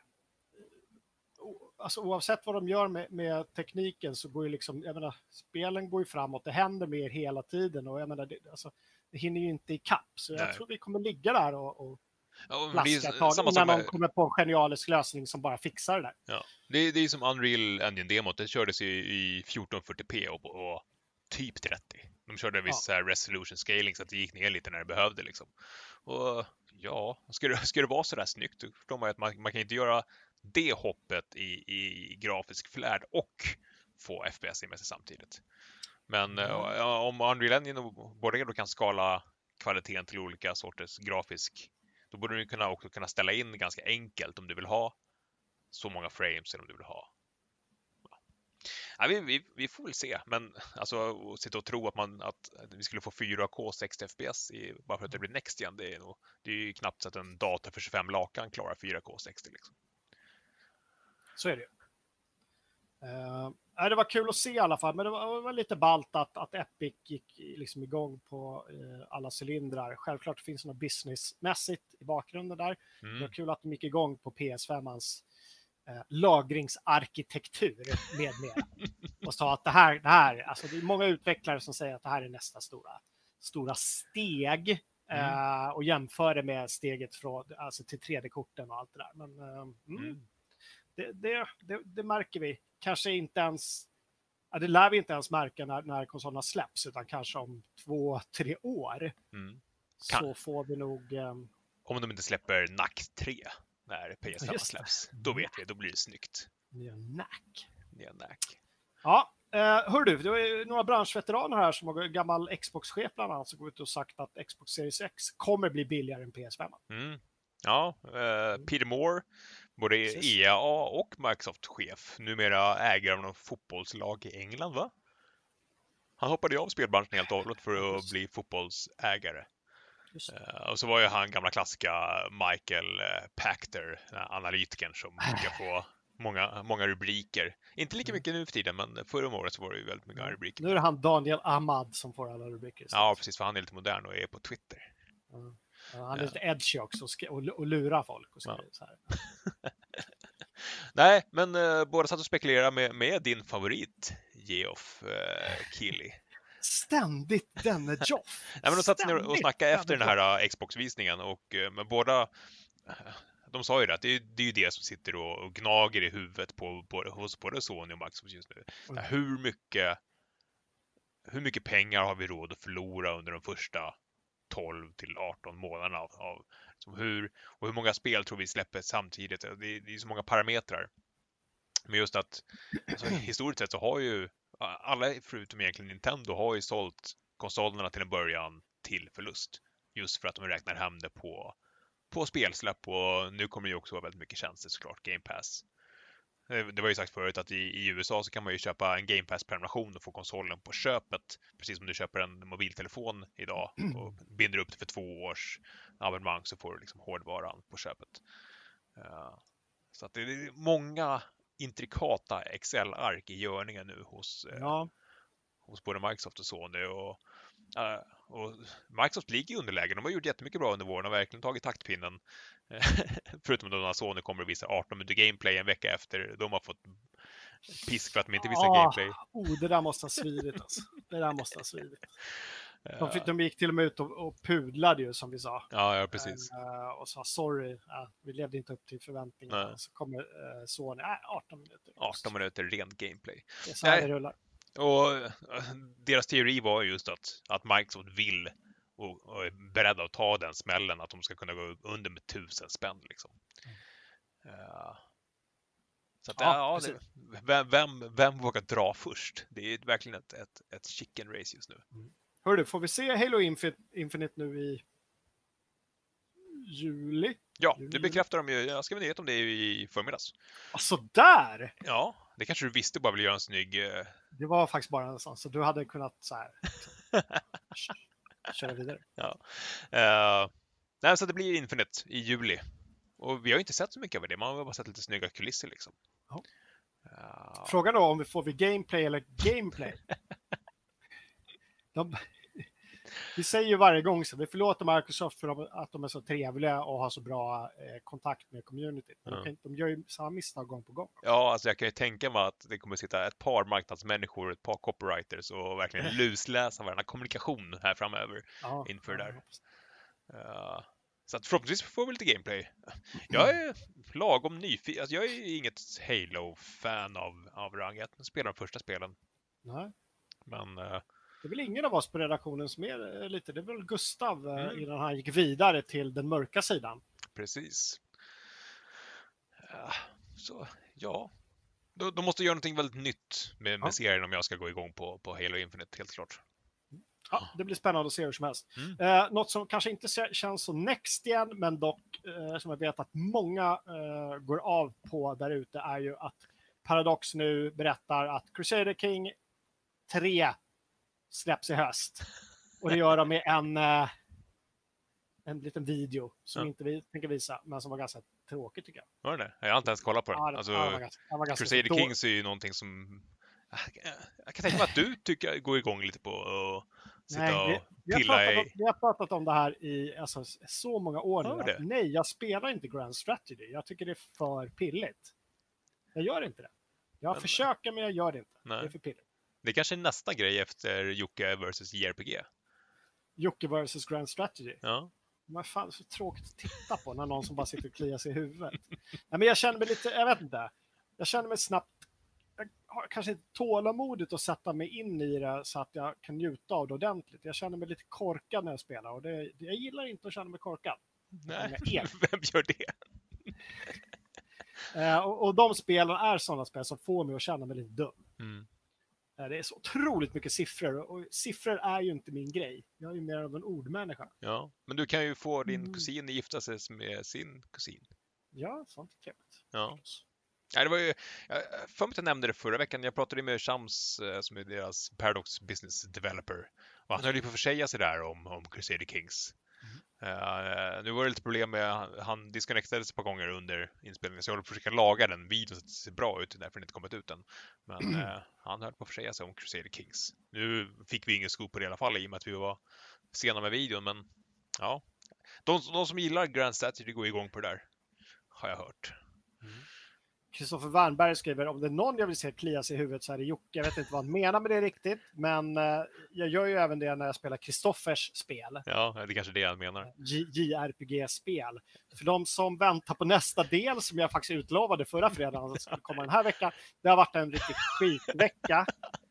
alltså, oavsett vad de gör med tekniken så går ju liksom, jag menar, spelen går ju framåt, det händer mer hela tiden och jag menar, det hinner ju inte i kapp. Så jag tror vi kommer ligga där och plaska ett tag innan de kommer på en genialisk lösning som bara fixar det där. Ja. Det är som Unreal Engine-demot, det kördes i 1440p och typ 30. De körde viss resolution scaling så att det gick ner lite när det behövde liksom. Och ja, ska det vara så där snyggt, då förstår man ju att man kan inte göra det hoppet i grafisk flärd och få FPS med sig samtidigt. Men om Unreal Engine och både då kan skala kvaliteten till olika sorters grafisk. Då borde du också kunna ställa in ganska enkelt om du vill ha så många frames eller om du vill ha. Ja, vi får väl se, men alltså att sitta och tro att vi skulle få 4K 60 FPS bara för att det blir Next Gen, det är ju knappt så att en dator för 25 lakan klarar 4K 60 liksom. Så är det ju. Det var kul att se i alla fall, men det var lite ballt att Epic gick liksom igång på alla cylindrar. Självklart finns det något businessmässigt i bakgrunden där. Det var kul att de gick igång på PS5ans lagringsarkitektur med mera. Och sa att det här, alltså det är många utvecklare som säger att det här är nästa stora steg och jämför det med steget från, alltså till 3D-korten och allt det där. Men det märker vi. Kanske inte ens, det lär vi inte ens märka när konsolerna släpps, utan kanske om 2-3 år. Så får vi nog... Om de inte släpper NAC 3 när PS5 släpps, då vet vi, då blir det snyggt. Nya NAC. Ja, hör du, det är några branschveteraner här som har gammal Xbox-chef bland annat som går ut och sagt att Xbox Series X kommer bli billigare än PS5. Ja, Peter Moore, både EA och Microsoft-chef, numera ägare av någon fotbollslag i England, va? Han hoppade av spelbranschen helt och hållet för att bli fotbollsägare. Och så var ju han gamla klassiska Michael Pachter, analytikern som brukar få många rubriker. Inte lika mycket nu för tiden, men förra året så var det ju väldigt mycket rubriker. Nu är det han Daniel Ahmad som får alla rubriker. Ja, precis, för han är lite modern och är på Twitter. Han är lite edgy också och lurar folk. Och så här. Nej, men båda satt och spekulerade med din favorit, Geoff Keighley. Ständigt denne Geoff. Nej, men de satt ner och snackade efter den här Xbox-visningen men båda, de sa ju det, att det är ju det som sitter och gnager i huvudet hos både Sony och Microsoft just nu. Hur mycket pengar har vi råd att förlora under de första 12 till 18 månaderna av hur många spel tror vi släpper samtidigt. Det är så många parametrar. Men just att alltså, historiskt sett så har ju alla förutom egentligen Nintendo har ju sålt konsolerna till en början till förlust. Just för att de räknar hem det på spelsläpp, och nu kommer det ju också vara väldigt mycket tjänster såklart, Game Pass. Det var ju sagt förut att i USA så kan man ju köpa en Game Pass-prenumeration och få konsolen på köpet. Precis som du köper en mobiltelefon idag och binder upp det för 2 års abonnemang, så får du liksom hårdvaran på köpet. Så att det är många intrikata Excel-ark i görningen nu hos både Microsoft och Sony. Och Microsoft ligger i underläge. De har gjort jättemycket bra under våren och verkligen tagit taktpinnen. Förutom då när Sony kommer att visa 18 minuter gameplay en vecka efter. De har fått pisk för att de inte visar gameplay. Det där måste ha svidit alltså. Det där måste ha svidit. De gick till och med ut och pudlade ju, som vi sa. Ja, precis. Och sa sorry, vi levde inte upp till förväntningarna. Så kommer Sony, 18 minuter. 18 minuter rent gameplay. Det är så här det rullar. Och deras teori var just att Microsoft vill och är beredda att ta den smällen, att de ska kunna gå under med 1000 spänn liksom. Så att, vem vågar dra först? Det är verkligen ett chicken race just nu. Hörru, får vi se Halo Infinite nu i juli? Ja, det bekräftar de ju. Jag skrev nyhet om det i förmiddags. Alltså där! Ja, det kanske du visste, bara vill göra en snygg... Det var faktiskt bara en sån, så du hade kunnat så här köra vidare. Ja. Nej, så det blir Infinite i juli. Och vi har inte sett så mycket av det. Man har bara sett lite snygga kulisser liksom. Ja. Frågan då om vi får gameplay eller gameplay. Vi säger ju varje gång så vi förlåter Microsoft för att de är så trevliga och har så bra kontakt med communityt. Men de gör ju samma misstag gång på gång. Ja, alltså jag kan ju tänka mig att det kommer sitta ett par marknadsmänniskor, ett par copywriters och verkligen lusläsa varandra kommunikation här framöver inför det där. Så att förhoppningsvis får vi lite gameplay. Jag är lagom nyfiken. Alltså jag är inget Halo-fan av rang 1. Jag spelar de första spelen. Nej. Men... det är väl ingen av oss på redaktionen som är lite. Det är väl Gustav innan han gick vidare till den mörka sidan. Precis. Så ja. De måste göra någonting väldigt nytt med serien om jag ska gå igång på Halo Infinite, helt klart. Ja, det blir spännande att se hur som helst. Något som kanske inte känns så next gen, men dock som jag vet att många går av på där ute är ju att Paradox nu berättar att Crusader King 3 släpps i höst. Och det gör de med en liten video som inte vi tänker visa, men som var ganska tråkig tycker jag. Var det? Jag har inte ens kollat på den. Ja, Alltså, den var ganska Crusader Kings är ju någonting som jag kan tänka mig att du tycker går igång lite på och sitta och pilla i. Vi har pratat om det här i så många år nu. Nej, jag spelar inte Grand Strategy. Jag tycker det är för pilligt. Jag gör inte det. Jag försöker, men jag gör det inte. Nej. Det är för pilligt. Det kanske är nästa grej efter Jocke versus JRPG. Jocke versus Grand Strategy. Ja. Men fan, det är så tråkigt att titta på när någon som bara sitter och kliar sig i huvudet. Nej, men jag känner mig lite, jag vet inte. Jag känner mig snabbt, jag har kanske inte tålamodigt att sätta mig in i det så att jag kan njuta av det ordentligt. Jag känner mig lite korkad när jag spelar och jag gillar inte att känna mig korkad. Nej, vem gör det? Och de spelen är sådana spel som får mig att känna mig lite dum. Mm. Det är så otroligt mycket siffror och siffror är ju inte min grej. Jag är ju mer av en ordmänniska. Ja, men du kan ju få din kusin att gifta sig med sin kusin. Ja, sånt är trevligt. Ja. Ja, det var ju, jag för mig att jag nämnde det förra veckan. Jag pratade med Shams som är deras Paradox Business Developer. Och han höll ju på att försäga sig där om Crusader Kings. Nu var det lite problem med han disconnectades ett par gånger under inspelningen, så jag håller på att försöka laga den videon så att det ser bra ut, därför den inte kommit ut än. Men han höll på att försäga sig om Crusader Kings. Nu fick vi ingen scoop på det i alla fall i och med att vi var sena med videon, men ja. De som gillar Grand Strategy går igång på det där, har jag hört. Kristoffer Wernberg skriver, om det är någon jag vill se klia sig i huvudet så är det Jocke. Jag vet inte vad han menar med det riktigt, men jag gör ju även det när jag spelar Kristoffers spel. Ja, det är kanske det han menar. JRPG-spel. För de som väntar på nästa del, som jag faktiskt utlovade förra fredagen skulle komma den här veckan, det har varit en riktig skitvecka.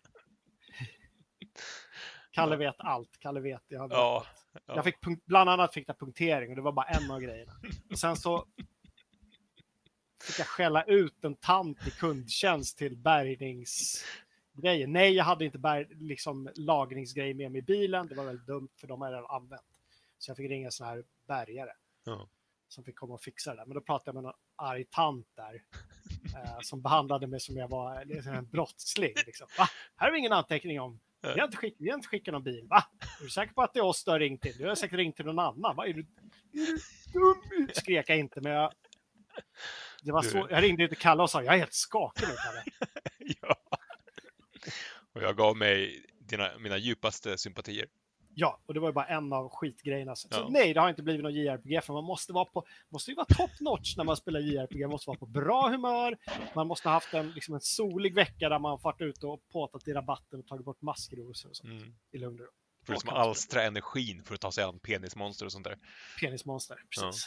Kalle vet allt. Kalle vet, jag har ja. Jag fick bland annat fick jag punktering och det var bara en av grejerna. Och sen så fick jag skälla ut en tant i kundtjänst till bärgningsgrejer. Nej, jag hade inte lagringsgrej med mig i bilen. Det var väldigt dumt för de har redan använt. Så jag fick ringa sån här bärgare som fick komma och fixa det där. Men då pratade jag med en arg tant där som behandlade mig som jag var en brottsling. Liksom. Va? Här har vi ingen anteckning om. Vi har inte skickat någon bil. Va? Är du säker på att det är oss du har ringt till? Du har säkert ringt till någon annan. Va? Är du dum? Skrek jag inte, men det var så, jag ringde till Kalle och sa, jag är helt skakig nu, Kalle. Ja. Och jag gav mig mina djupaste sympatier. Ja, och det var ju bara en av skitgrejerna. Så nej, det har inte blivit någon JRPG, för man måste ju vara top notch när man spelar JRPG. Man måste vara på bra humör. Man måste ha haft en solig vecka där man fått ut och påtat i rabatten och tagit bort maskrosor och sånt i lugn och ro. För att alstra energin för att ta sig an penismonster och sånt där. Penismonster, precis.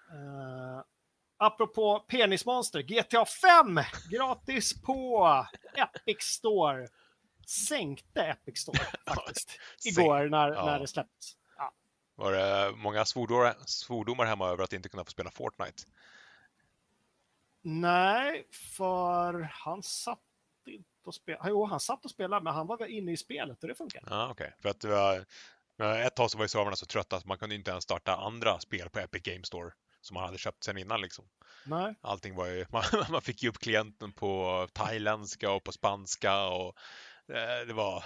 Apropå penismonster, GTA 5 gratis på Epic Store. Sänkte Epic Store faktiskt igår när det släpptes. Ja. Var det många svordomar hemma över att inte kunna få spela Fortnite? Nej, för han satt inte och spelade. Jo, han satt och spelade, men han var väl inne i spelet och det funkar. Ja, okej. För att ett tag så var ju servrarna så trötta att man kunde inte ens starta andra spel på Epic Game Store som man hade köpt sen innan liksom. Nej. Allting var ju, man fick ju upp klienten på thailändska och på spanska och det var,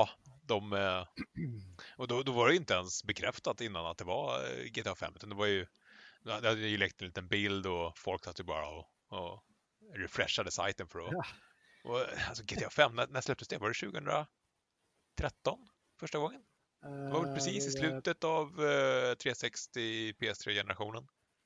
och då var det inte ens bekräftat innan att det var GTA 5, utan det var ju, det hade ju läckt en liten bild och folk satt ju bara och refreshade sajten för att, och, alltså GTA 5, när släpptes det? Var det 2013 första gången? Det var väl precis i slutet av 360 PS3-generationen.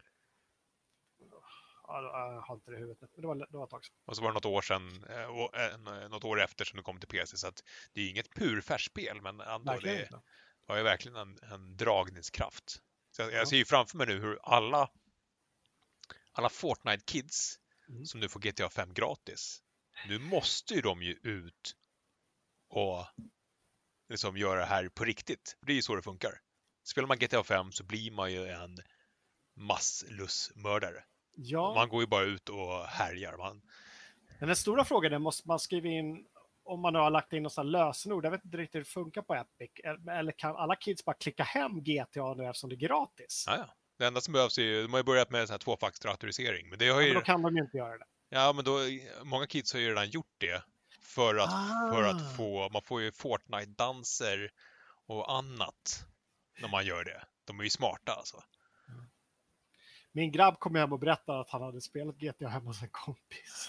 Jag har inte det i huvudet, men det var ett tag sedan. Och så var det något år sedan, något år efter som det kom till PC, så att det är inget purfärsspel, men ändå det har ju verkligen en dragningskraft. Så jag ser ju framför mig nu hur alla Fortnite-kids som nu får GTA 5 gratis, nu måste ju de ju ut och liksom göra det här på riktigt. Det är ju så det funkar. Spelar man GTA 5 så blir man ju en masslussmördare. Ja. Man går ju bara ut och härjar. Men den stora frågan är, måste man skriva in om man nu har lagt in något sånt lösenord, jag vet inte riktigt hur det funkar på Epic, eller kan alla kids bara klicka hem GTA nu eftersom det är gratis? Ja. Det enda som behövs är ju, de har ju börjat med så här tvåfaktorautorisering, men det har ju... Men då kan de ju inte göra det. Ja, men då, många kids har ju redan gjort det för att få, man får ju Fortnite-danser och annat när man gör det. De är ju smarta alltså. Min grabb kom hem och berättade att han hade spelat GTA hemma hos en kompis.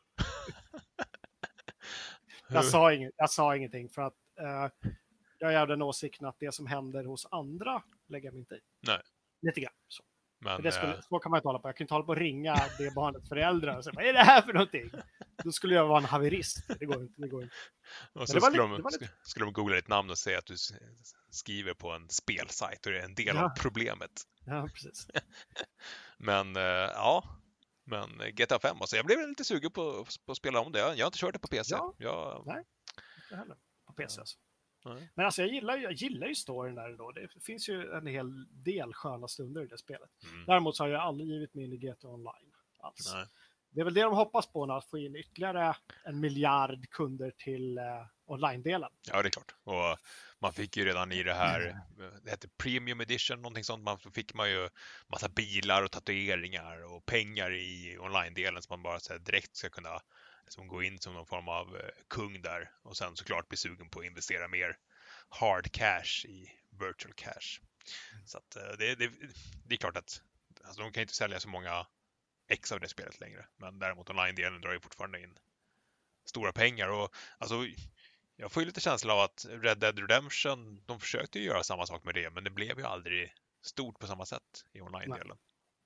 Jag sa ingenting för att jag är av den åsikten att det som händer hos andra lägger mig inte i. Nej. Lite grann så. Men, Så kan man inte hålla på. Jag kan inte hålla på och ringa det barnets föräldrar och säga, vad är det här för någonting? Då skulle jag vara en haverist. Det går inte. Och så skulle de googla ditt namn och säga att du skriver på en spelsajt och det är en del av problemet. Ja, precis. Men men GTA 5, alltså jag blev lite sugen på att spela om det. Jag har inte kört det på PC. Nej, inte heller på PC alltså. Men alltså jag gillar ju storyn där ändå. Det finns ju en hel del sköna stunder i det spelet. Däremot så har jag aldrig givit mig in i GTA Online alls. Nej. Det är väl det de hoppas på, att få in ytterligare 1 miljard kunder till online-delen. Ja, det är klart. Och man fick ju redan i det här, det heter Premium Edition, någonting sånt, fick man ju massa bilar och tatueringar och pengar i online-delen så man bara så här direkt ska kunna liksom gå in som någon form av kung där och sen såklart bli sugen på att investera mer hard cash i virtual cash. Så att det är klart att alltså, de kan inte sälja så många ex av det spelet längre, men däremot online-delen drar ju fortfarande in stora pengar och alltså jag får ju lite känsla av att Red Dead Redemption, de försökte ju göra samma sak med det, men det blev ju aldrig stort på samma sätt i online-delen.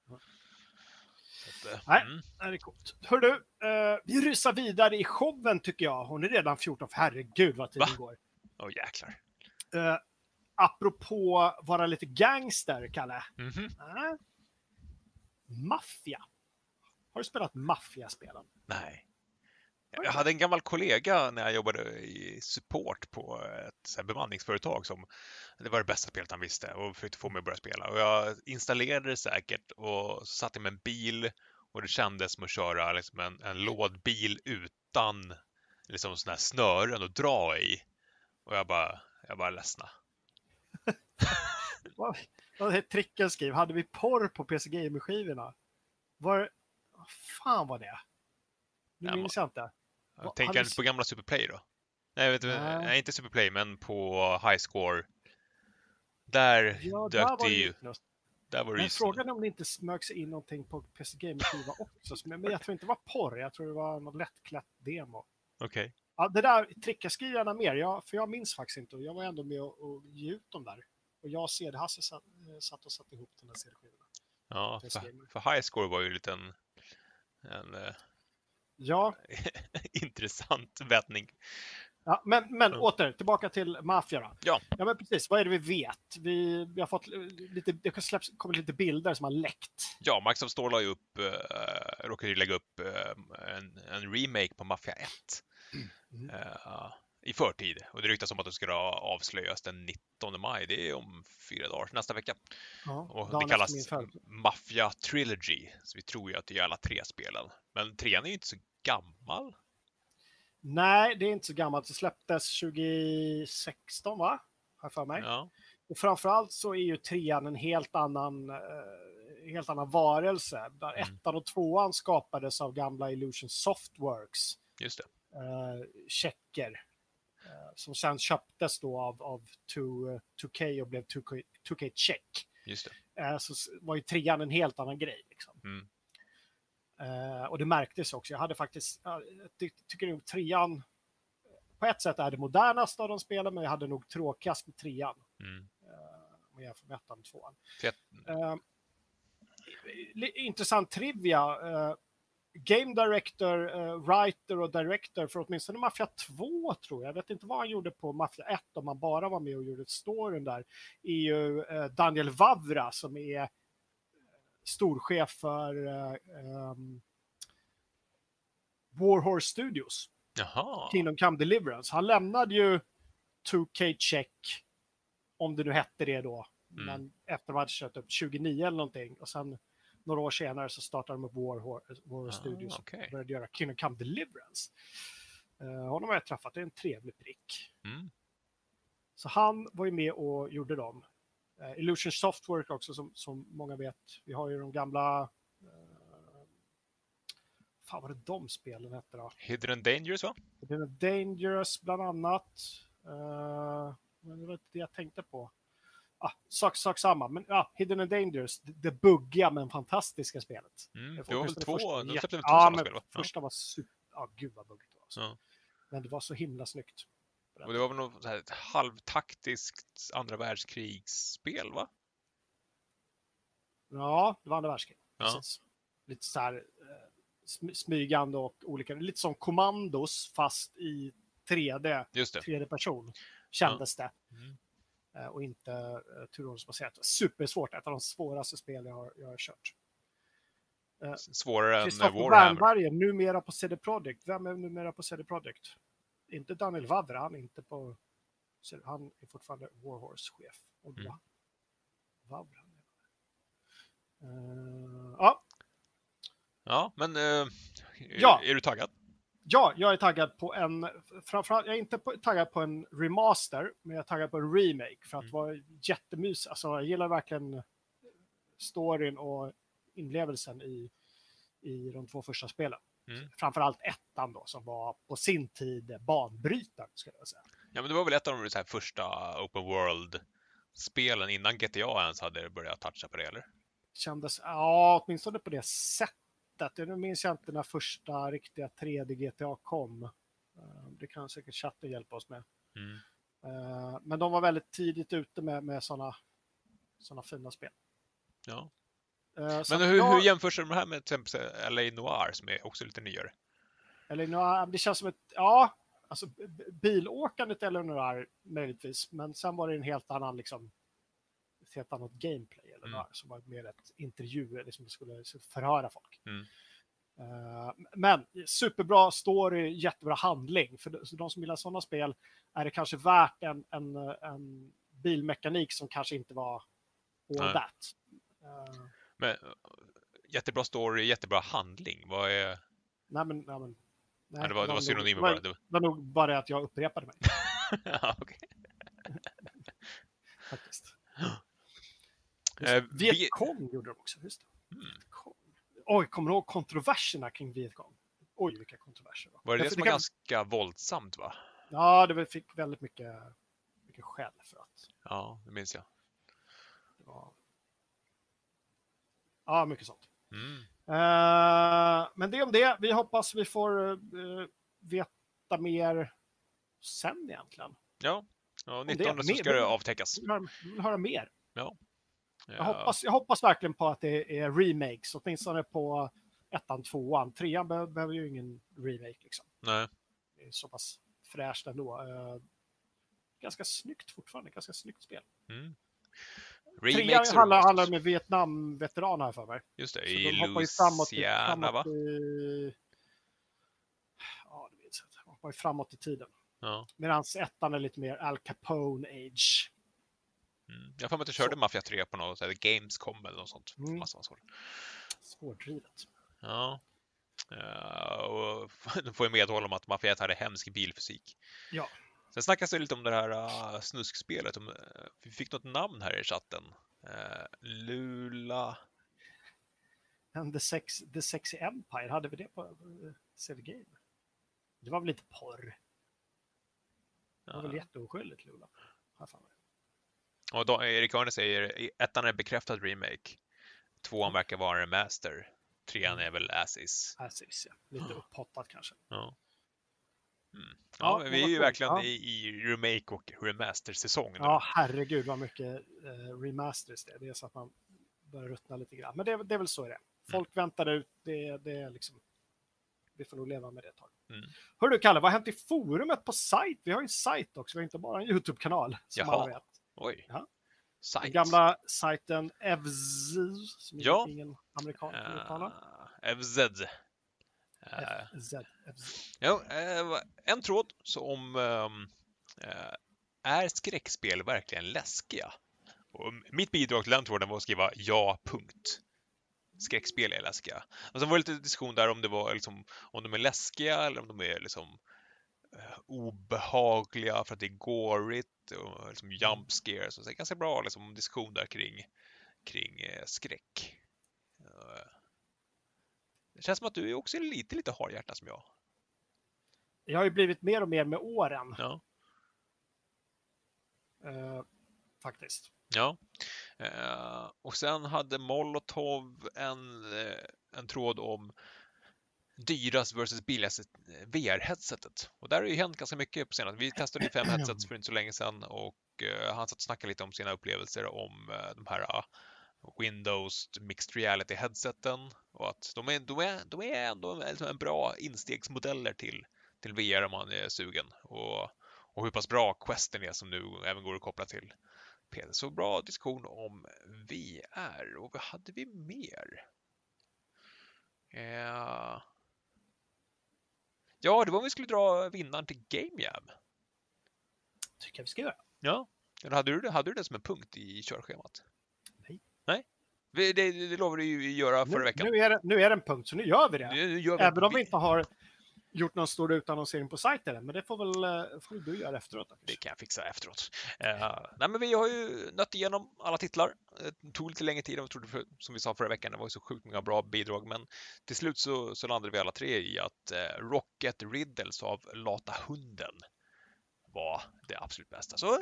Nej, det är coolt. Hördu, vi rusar vidare i showen tycker jag. Hon är redan 14, för herregud vad tiden går. Åh jäklar. Apropå vara lite gangster, Kalle. Maffia. Har du spelat Maffia-spelen? Nej. Jag hade en gammal kollega när jag jobbade i support på ett bemanningsföretag som det var det bästa spelet han visste och försökte få mig att börja spela. Och jag installerade det säkert och så satt jag med en bil och det kändes som att köra liksom en lådbil utan liksom såna här snören att dra i. Och jag bara ledsna. Vad är tricken skriv? Hade vi porr på PC Gamer-skivorna? Vad fan var det? Nu minns jag inte. Jag tänker på gamla Superplay då. Nej, inte Superplay, men på Highscore. Där dök det ju. Där var det frågan om det inte smög sig in någonting på PC Gamer-skiva också. Men jag tror inte det var porr. Jag tror det var något lättklätt demo. Okej. Ja, det där trickar skriv gärna mer. För jag minns faktiskt inte. Jag var ändå med och ge ut dem där. Och jag och CD-Hasse satt och satt ihop de där CD-skivorna. Ja, för Highscore var ju en liten intressant vätning. Ja, men åter, tillbaka till Mafia då. Ja, men precis. Vad är det vi vet? Vi har fått lite, det har kommit lite bilder som har läckt. Ja, Microsoft Store råkade ju lägga upp en remake på Mafia 1 i förtid. Och det ryktas om att det ska avslöjas den 19 maj. Det är om 4 dagar, nästa vecka. Ja, och det kallas Mafia Trilogy. Så vi tror ju att det är alla 3 spelen. Men 3 är ju inte så gammal. Nej, det är inte så gammalt. Det släpptes 2016, va? Har jag för mig. Ja. Och framförallt så är ju 3:an en helt annan varelse. Där 1:an och 2:an skapades av gamla Illusion Softworks. Just det. Checker. Som sen köptes då av 2K och blev 2K Check. Just det. Så var ju 3:an en helt annan grej. Liksom. Och det märktes också. Jag hade faktiskt, tycker nog 3:an på ett sätt är det modernaste av de spelen, men jag hade nog tråkigast med 3:an. Om jag jämför med 1:an och 2:an. Intressant trivia. Game director, writer och director för åtminstone Mafia 2 tror jag. Jag vet inte vad han gjorde på Mafia 1 om han bara var med och gjorde storyn där. Är ju Daniel Vavra som är storchef för Warhorse Studios. Jaha. Kingdom Come Deliverance. Han lämnade ju 2K Check, om det nu hette det då. Men efter att man hade kört upp 29 eller någonting. Och sen några år senare så startade de upp Warhorse Studios och började göra Kingdom Come Deliverance. Honom har jag träffat, det är en trevlig prick. Mm. Så han var ju med och gjorde dem. Illusion Softwork också, som många vet. Vi har ju de gamla... fan vad det de spelen hette då? Hidden and Dangerous, va? Hidden and Dangerous bland annat. Men det var inte det jag tänkte på. Sak samma. Men Hidden and Dangerous, det buggiga men fantastiska spelet. Det var väl två spel, va? Första var super... gud vad buggigt det var. Ja. Men det var så himla snyggt. Och det var väl något så här halvtaktiskt andra världskrigsspel, va? Ja, det var andra världskriget. Ja. Precis. Lite så här smygande och olika, lite som Commandos fast i 3D, Just det. tredje person kändes det. Mm. Och inte turordningsbaserat. Supersvårt, ett av de svåraste spel jag har kört. Svårare än Kristoffer Warhammer. Wernberger, numera på CD Projekt. Vem är numera på CD Projekt? Inte Daniel Wavre, han är inte på... Han är fortfarande Warhorse-chef. Wavre. Ja, men Ja. är du taggad? Ja, jag är taggad på en... Framförallt, jag är inte taggad på en remaster, men jag är taggad på en remake. För att vara jättemys. Alltså, jag gillar verkligen storyn och inlevelsen i de 2 första spelen. Framförallt ettan då, som var på sin tid banbrytande, skulle jag säga. Ja, men det var väl ett av de så här första open world-spelen innan GTA ens hade börjat toucha på det, eller? Kändes, åtminstone på det sättet. Nu minns jag inte när första riktiga 3D GTA kom. Det kan säkert chatten hjälpa oss med. Men de var väldigt tidigt ute med såna fina spel. Ja. Men hur jämförs de här med till exempel LA Noire som är också lite nyare? LA Noire, det känns som ett... alltså bilåkandet LA Noire möjligtvis. Men sen var det en helt annan liksom... Ett helt annat gameplay eller Noire, som var mer ett intervju, liksom skulle förhöra folk. Men superbra story, jättebra handling. För de som gillar sådana spel är det kanske värt en bilmekanik som kanske inte var all that. Men jättebra story, jättebra handling. Vad är... Nej, det var synonymer bara. Det var nog bara att jag upprepade mig. Ja, okej. Faktiskt. Vietcong gjorde de också. Just det. Oj, kommer du ihåg kontroverserna kring Vietcong? Oj, vilka kontroverser. Var det som var ganska våldsamt, va? Ja, det fick väldigt mycket skäll för att... Ja, det minns jag. Det var... Ja, mycket sånt. Men det om det. Vi hoppas vi får veta mer sen egentligen. Ja, 19 så ska det avtäckas. Vi vill höra mer. Ja. Jag hoppas verkligen på att det är remakes, åtminstone på 1:an, 2:an. 3:an behöver ju ingen remake liksom. Nej. Det är så pass fräscht ändå. Ganska snyggt fortfarande, ganska snyggt spel. 3:an handlar med Vietnam-veteraner här för mig. Just det, så i Louisiana, va? Ja, det vet jag. De hoppar ju framåt i tiden. Ja. Medan 1:an är lite mer Al Capone age. Jag får att du körde Mafia 3 på något sätt, Gamescom eller något sånt. Svårdrivet. Ja. Och du får ju medhålla om att Mafia 1 hade hemsk bilfysik. Ja. Sen snackas det lite om det här snuskspelet. Vi fick något namn här i chatten. Lula... The Sexy Empire, hade vi det på CD Game? Det var väl lite porr? Det var väl jätteoskyldigt, Lula. Och då, Erik Arne säger 1:an är bekräftad remake. 2:an verkar vara en remaster. 3:an är väl as-is. As-is, ja. Lite upphottat kanske. Ja. Ja, vi är ju verkligen i remake och remaster-säsong. Ja, herregud vad mycket remasters det är. Det är så att man börjar ruttna lite grann. Men det är väl så är det. Folk väntar ut. Det är liksom... Vi får nog leva med det ett tag. Hör du, Kalle, vad har hänt i forumet på sajt? Vi har ju en sajt också. Vi har inte bara en YouTube-kanal. Som alla vet. Oj. Ja. Sajt. Den gamla sajten FZ, som ingen amerikan kan uttala. FZ. FZ. Ja, en tråd som är skräckspel verkligen läskiga? Och mitt bidrag till den tråden var att skriva ja, punkt. Skräckspel är läskiga. Och sen var det lite diskussion där om det var liksom, om de är läskiga eller om de är liksom obehagliga för att det är gorigt och liksom jump scares. Så det är ganska bra liksom, diskussion där kring skräck. Det känns som att du är också lite harhjärta som jag. Jag har ju blivit mer och mer med åren. Ja. Faktiskt. Ja. Och sen hade Molotov en tråd om dyrast versus billigaste VR-headsetet. Och där har ju hänt ganska mycket på senare. Vi testade ju 5 headsets för inte så länge sedan och han satt och snackade lite om sina upplevelser om de här Windows Mixed Reality headseten och att de är ändå liksom en bra instegsmodeller till VR om man är sugen och hur pass bra Questen är som nu även går att koppla till PC. Så bra diskussion om VR. Och vad hade vi mer? Ja, det var om vi skulle dra vinnaren till Game Jam. Tycker jag vi ska göra. Ja. Eller hade du det som en punkt i körschemat? Nej. Det lovade du ju göra förra veckan. Nu är det en punkt, så nu gör vi det. Nu gör vi Även om vi inte har gjort någon stor utannonsering på sajten, men det får du göra efteråt. Det kan jag fixa efteråt. Nej, men vi har ju nött igenom alla titlar. Det tog lite längre tid än vi trodde, som vi sa förra veckan. Det var ju så sjukt många bra bidrag, men till slut så landade vi alla tre i att Rocket Riddles av Lata Hunden var det absolut bästa. Så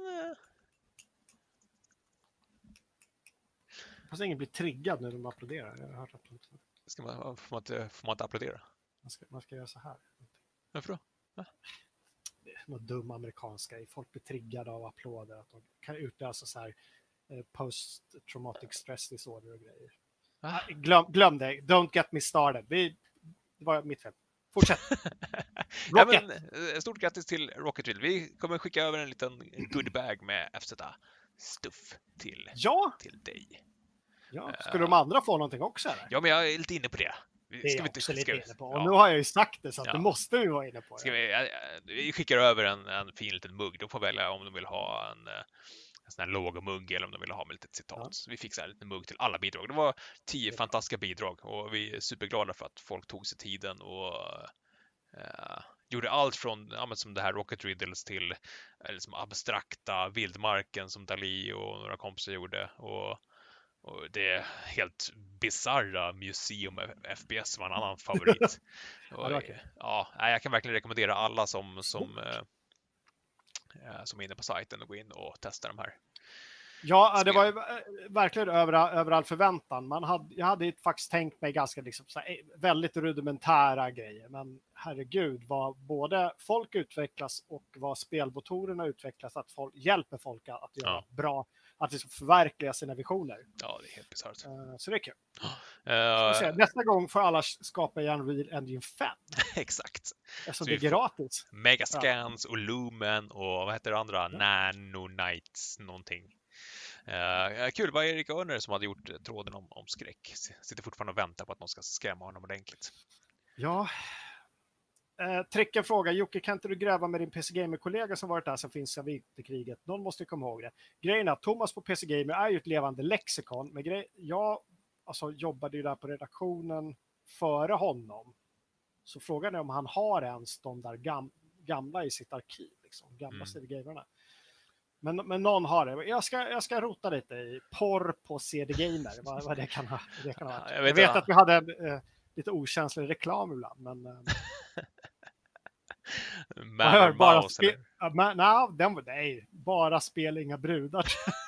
Fast ingen blir triggad när de applåderar. Jag har hört att får man inte applådera? Man ska göra så här. Varför då? Det är något dum amerikanska. Folk blir triggade av applåder. Att de kan utlösa så här post-traumatic stress disorder och grejer. Glöm det. Don't get me started. Det var mitt fel. Fortsätt. Ja, men, stort grattis till Rocket Riddle. Vi kommer skicka över en liten goodiebag med FZ-stuff till dig. Ja, skulle de andra få någonting också? Eller? Ja, men jag är lite inne på det. Det är jag också lite inne på. Och ja. nu har jag ju sagt det, så att det måste vi vara inne på. Vi skickar över en fin liten mugg. De får välja om de vill ha en sån här logomugg eller om de vill ha med lite citat. Ja. Så vi fixar en liten mugg till alla bidrag. Det var 10 fantastiska bidrag och vi är superglada för att folk tog sig tiden och gjorde allt från som det här Rocket Riddles till liksom abstrakta vildmarken som Dali och några kompisar gjorde och det är helt bizarra Museum FPS var en annan favorit. Jag kan verkligen rekommendera alla som är inne på sajten och gå in och testa de här. Ja, det var ju verkligen över all förväntan. Jag hade faktiskt tänkt mig ganska liksom, så här, väldigt rudimentära grejer. Men herregud, vad både folk utvecklas och vad spelmotorerna utvecklas, att folk hjälper folk att göra bra, att liksom förverkliga sina visioner. Ja, det är helt bisarrt. Så det är kul. Nästa gång får alla skapa i Unreal Engine 5. Exakt. Eftersom det är gratis. Megascans och Lumen och vad heter det andra? Nanonites någonting. Kul, var Erik Örner som hade gjort tråden om skräck. Sitter fortfarande och väntar på att någon ska skrämma honom ordentligt. Ja. Tricken fråga, Jocke, kan inte du gräva med din PC Gamer-kollega som varit där sen finska vinterkriget? Någon måste komma ihåg det. Grejen är att Thomas på PC Gamer är ju ett levande lexikon. Men jag jobbade ju där på redaktionen före honom. Så frågan är om han har ens de där gamla i sitt arkiv. Liksom, gamla CD-gamerna. Men någon har det. Jag ska rota lite i porr på CD-gamer. Vad det kan ha. Jag vet att vi hade en lite okänslig reklam ibland. Men bara spel, inga brudar.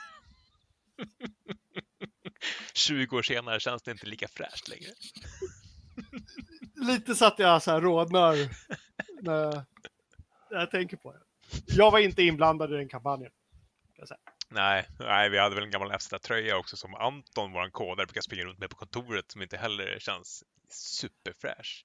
20 år senare känns det inte lika fräscht längre. Lite så att jag så här rodnar när jag tänker på det. Jag var inte inblandad i den kampanjen. Nej, vi hade väl en gammal FZ-tröja också som Anton, våran kodare, brukar springa runt med på kontoret som inte heller känns superfräsch.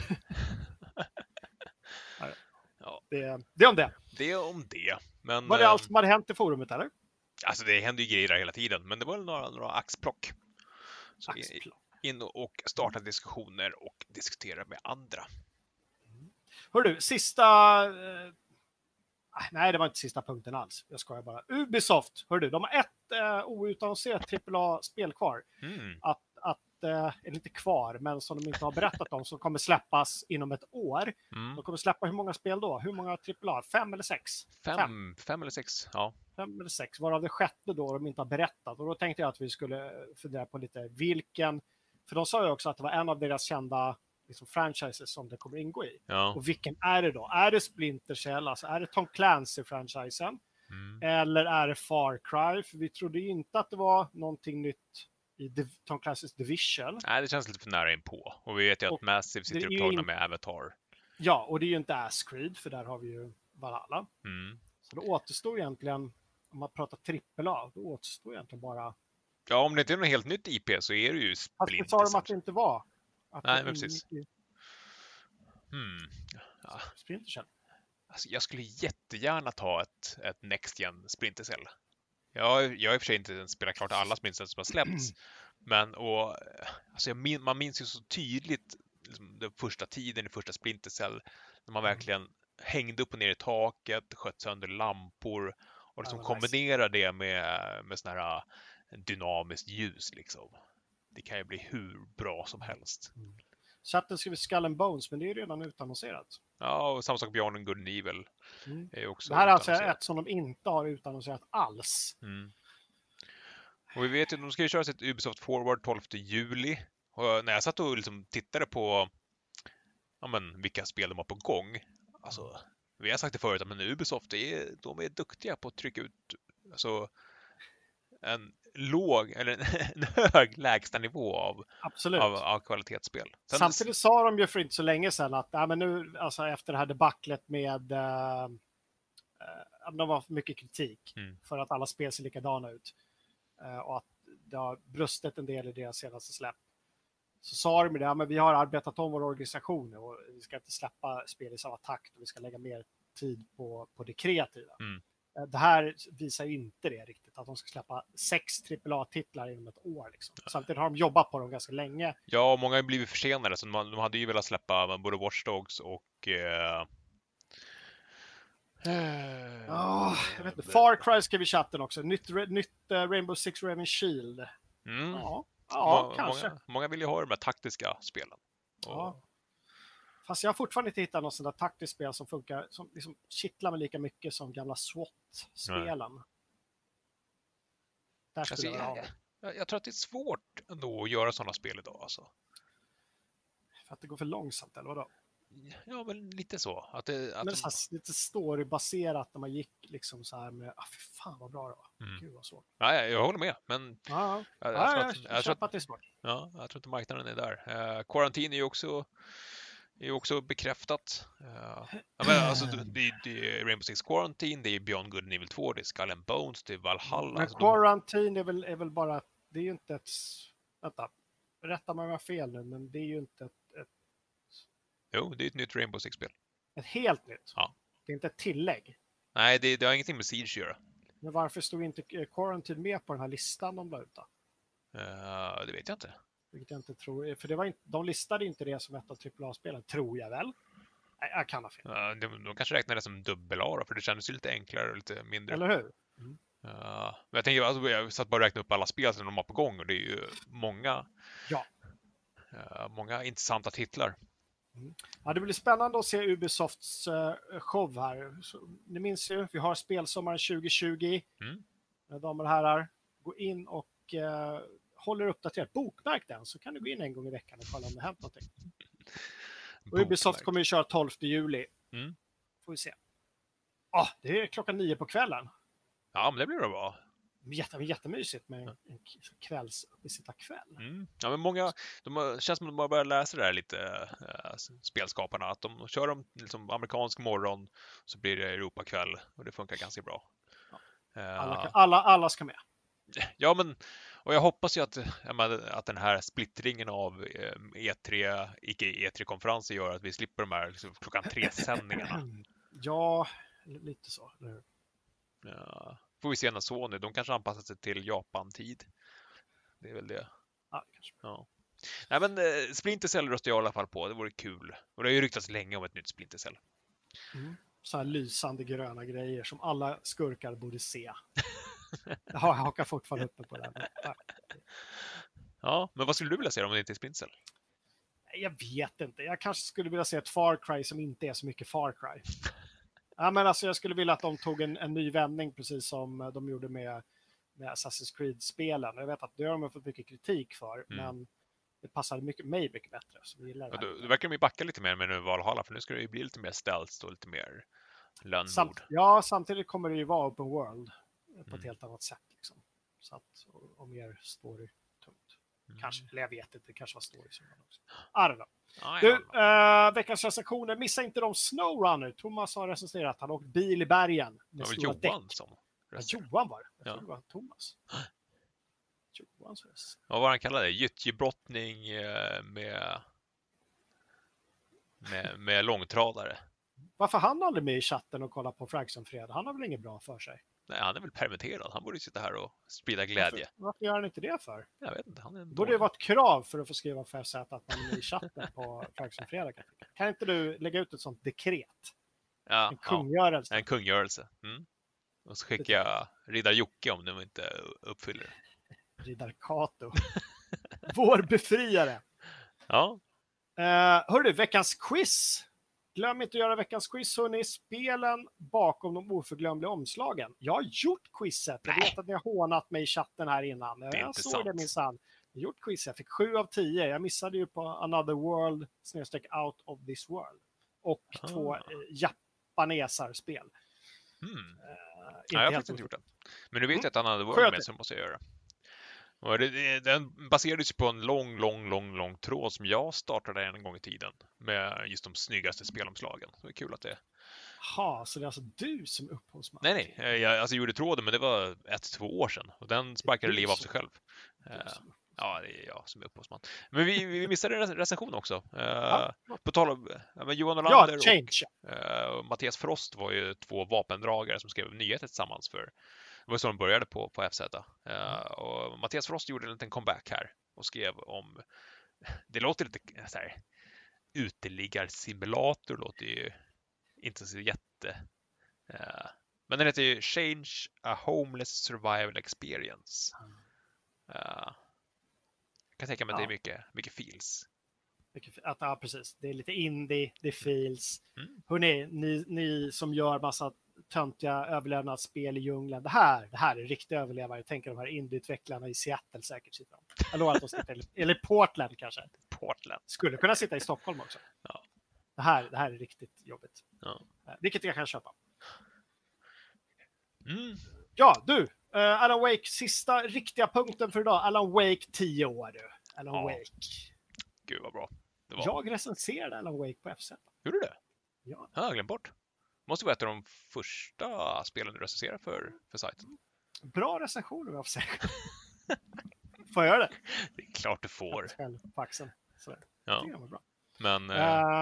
Ja. Det är om det. Det är om det. Men, var det allt som hade hänt i forumet, eller? Alltså det händer ju grejer där hela tiden, men det var några axplock. Så in och starta diskussioner och diskutera med andra. Hör du, nej, det var inte sista punkten alls. Jag skojar bara. Ubisoft, hör du, de har ett outannonserat AAA-spel kvar. Att är lite kvar, men som de inte har berättat om, som kommer släppas inom ett år. De kommer släppa hur många spel då? Hur många AAA? 5 eller 6? Fem eller sex, ja. 5 eller 6, varav det sjätte då de inte har berättat. Och då tänkte jag att vi skulle fundera på lite vilken, för de sa ju också att det var en av deras kända liksom, franchises som det kommer ingå i. Ja. Och vilken är det då? Är det Splinter Cell, alltså är det Tom Clancy-franchisen? Eller är det Far Cry? För vi trodde ju inte att det var någonting nytt i Tom Clancy's Division. Nej, det känns lite för nära in på. Och vi vet ju att Massive sitter upptagna med Avatar. Ja, och det är ju inte Ass Creed, för där har vi ju Valhalla. Så då återstår egentligen, om man pratar AAA, då återstår egentligen bara... Ja, om det inte är något helt nytt IP så är det ju Splinter. Fast det sa de att det inte var. Att nej, det men precis. Ja. Splinter Cell. Alltså, jag skulle jättegärna ta ett Next Gen Splinter Cell. Jag har i och för sig inte ens spelat klart alla Splinter Cell som har släppts. Men alltså man minns ju så tydligt liksom, den första tiden i första Splinter Cell. När man verkligen hängde upp och ner i taket, sköt sönder lampor. Och liksom kombinerar det med sån här dynamiskt ljus liksom. Det kan ju bli hur bra som helst. Chatten skriver Skull and Bones, men det är ju redan utannonserat. Ja, och samma sak Beyond and Good and Evil. Är också det här är alltså ett som de inte har utannonserat alls. Och vi vet ju att de ska ju köra sitt Ubisoft Forward 12 juli. Och när jag satt och liksom tittade på vilka spel de har på gång. Alltså, vi har sagt det förut, men Ubisoft de är duktiga på att trycka ut alltså, en låg eller en hög lägsta nivå av kvalitetsspel. Samtidigt sa de ju för inte så länge sedan att men nu, alltså, efter det här debaclet med det var för mycket kritik för att alla spel ser likadana ut och att det har brustit en del i deras senaste släpp. Så sa de det, men vi har arbetat om vår organisation och vi ska inte släppa spel i samma takt och vi ska lägga mer tid på det kreativa. Det här visar ju inte det riktigt, att de ska släppa 6 AAA-titlar inom ett år. Liksom. Samtidigt har de jobbat på dem ganska länge. Ja, och många har blivit försenade, så de hade ju velat släppa både Watch Dogs och... jag vet inte. Far Cry ska vi chatten också. Nytt Rainbow Six Raven Shield. Ja, kanske. Många vill ju ha de här taktiska spelen. Ja. Fast jag har fortfarande inte hittat något sånt där taktiskt spel som funkar, som liksom kittlar mig lika mycket som gamla SWAT-spelen. Där skulle jag tror att det är svårt ändå att göra sådana spel idag. Alltså. För att det går för långsamt, eller vadå? Ja, men lite så. Men det är så här, lite storybaserat när man gick liksom så här med, fy fan vad bra det var. Gud vad svårt. Ja, jag håller med, men jag tror att det är svårt. Ja, jag tror inte marknaden är där. Quarantine är ju också bekräftat. Men alltså, det är Rainbow Six Quarantine, det är Beyond Good and Evil 2, det är Skull and Bones, det är Valhalla. Men Quarantine är väl bara, det är ju inte ett, vänta, rätta mig om jag har fel nu, men det är ju inte ett... Jo, det är ett nytt Rainbow Six-spel. Ett helt nytt? Ja. Det är inte ett tillägg? Nej, det har ingenting med Siege att göra. Men varför stod inte Quarantine med på den här listan de la ut då? Det vet jag inte. Vilket jag inte tror, för det var inte, de listade inte det som ett av AAA-spelen, tror jag väl. Nej, jag kan ha fel. De kanske räknar det som dubbel-A då, för det kändes ju lite enklare och lite mindre. Eller hur? Men jag tänker, alltså, jag satt bara och räknade upp alla spel som de har på gång och det är ju många intressanta titlar. Ja, det blir spännande att se Ubisofts show här. Så, ni minns ju, vi har spelsommaren 2020. Damer och herrar, gå in och håller uppdaterat. Bokmärk den, så kan du gå in en gång i veckan och kolla om det hänt någonting. Och Ubisoft kommer ju köra 12 juli. Får vi se. Det är 9:00 på kvällen. Ja, men det blir bra. Jättemysigt med en kvällsbesittarkväll. Ja, men många, känns som att de bara börjar läsa det här lite, spelskaparna. Att de kör dem liksom amerikansk morgon, så blir det Europakväll och det funkar ganska bra. Alla ska med. Ja, men och jag hoppas ju att den här splittringen av E3, icke E3-konferenser gör att vi slipper de här liksom, klockan 3-sändningarna. Ja, lite så. Ja. Får vi se när Sony, de kanske anpassar sig till Japan-tid. Det är väl det. Ja, kanske. Ja. Nej, men Splinter Cell röstar jag i alla fall på. Det vore kul. Och det har ju ryktats länge om ett nytt Splinter Cell. Så här lysande gröna grejer som alla skurkar borde se. Jag hakar fortfarande uppe på det. Ja, men vad skulle du vilja se om det inte är Splinter Cell? Jag vet inte. Jag kanske skulle vilja se ett Far Cry som inte är så mycket Far Cry. Ja, men alltså jag skulle vilja att de tog en ny vändning, precis som de gjorde med Assassin's Creed-spelen. Jag vet att det har de fått mycket kritik för, men det passade mig mycket bättre. Som gillar det. Du verkar de ju backa lite mer med nu Valhalla, för nu ska det ju bli lite mer stealth och lite mer lönnmord. Samtidigt kommer det ju vara open world på ett helt annat sätt. Liksom. Så att, och mer story-tungt. Kanske, eller jag vet inte, det kanske var story som också. I don't know. Du, veckans recensioner, missa inte de SnowRunner. Thomas har recenserat, han har åkt bil i bergen. Det var Johan som recenserade. Johan var det. Jag tror det var Thomas. Vad var han kallade? Gyttjebrottning med långtradare. Varför han aldrig med i chatten och kolla på Fragsson-fredag? Han har väl inget bra för sig? Nej, han är väl permitterad. Han borde ju sitta här och sprida glädje. Varför gör han inte det för? Jag vet inte. Han borde det vara ett krav för att få skriva för FZ att man är med i chatten på Fragsson-fredag? Kan inte du lägga ut ett sånt dekret? Ja, en kungörelse. Ja, en kungörelse. Och så skickar jag Riddar Jocke om de inte uppfyller det. Riddar Kato. Vår befriare. Ja. Hörru, veckans quiz. Glöm inte att göra veckans quiz, hörni. Spelen bakom de oförglömliga omslagen. Jag har gjort quizet. Jag vet att ni har hånat mig i chatten här innan. Jag såg det minsann. Jag har gjort quizet. Jag fick 7 av 10. Jag missade ju på Another World / Out of This World. Och 2 japanesarspel. Jag har faktiskt inte gjort det. Men nu vet jag att Another World med, så måste jag göra. Och den baserades på en lång tråd som jag startade en gång i tiden med just de snyggaste spelomslagen. Det är kul att det... Jaha, så det är alltså du som är upphovsman? Nej. Jag gjorde tråden, men det var 1-2 år sedan. Och den sparkade liv av sig själv. Ja, det är jag som är upphovsman. Men vi missade en recension också. På tal om Johan Olander och Mattias Frost var ju 2 vapendragare som skrev nyheter tillsammans för... Det var så de började på FZ. Och Mattias Frost gjorde en liten comeback här och skrev om... Det låter lite så här... Uteliggarsimulator låter ju inte så jätte... Men den heter ju Change a Homeless Survival Experience. Jag kan tänka mig att det är mycket feels. Ja, precis. Det är lite indie, det är feels. Hörrni, ni som gör massa töntiga överlevnadsspel i djungeln. Det här är riktiga överlevare. Tänker de här indieutvecklarna i Seattle säkert sitter de. Jag lovar att de sitter eller Portland kanske. Portland. Skulle kunna sitta i Stockholm också. Ja. Det här är riktigt jobbigt. Ja. Vilket jag kan köpa. Ja, du. Alan Wake, sista riktiga punkten för idag. Alan Wake 10 år. Alan Wake. Gud vad bra. Det var. Jag recenserade Alan Wake på FZ. Gjorde du det? Ja. Jag har glömt bort. Måste vara ett av de första spelen du recenserar för sajten. Bra recension om jag får säga. Får jag göra det? Det är klart du får. På axeln. Ja. Det var bra. Men...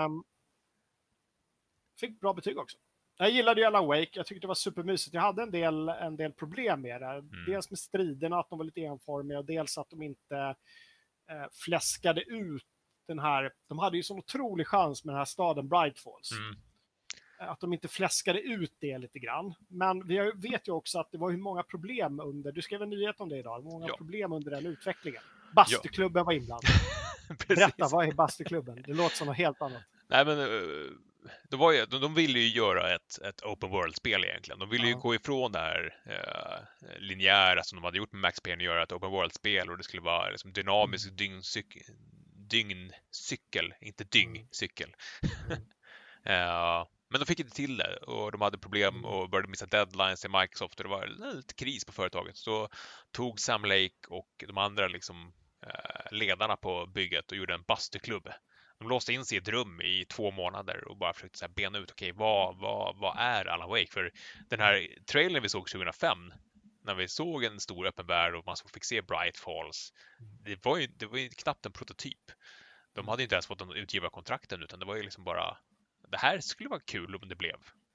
Fick bra betyg också. Jag gillade ju Alan Wake. Jag tyckte det var supermysigt. Jag hade en del problem med det. Dels med striderna, att de var lite enformiga. Och dels att de inte fläskade ut den här... De hade ju sån otrolig chans med den här staden Bright Falls. Att de inte fläskade ut det lite grann. Men vi vet ju också att det var hur många problem under... Du skrev en nyhet om det idag. Många problem under den utvecklingen. Bastuklubben var inblandad. Berätta, vad är Bastuklubben? Det låter som något helt annat. Nej, men de ville ju göra ett open world-spel egentligen. De ville ju gå ifrån det här linjära som de hade gjort med Max Payne och göra ett open world-spel. Och det skulle vara liksom dynamisk dyngcykel, inte dyngcykel. Men de fick inte till det och de hade problem och började missa deadlines i Microsoft och det var lite kris på företaget. Så tog Sam Lake och de andra liksom, ledarna på bygget och gjorde en bastuklubb. De låste in sig i ett rum i 2 månader och bara försökte så här bena ut, okej, vad är Alan Wake? För den här trailern vi såg 2005, när vi såg en stor öppen värld och man fick se Bright Falls, det var ju knappt en prototyp. De hade inte ens fått en utgivarkontrakten utan det var ju liksom bara det här skulle vara kul om det blev.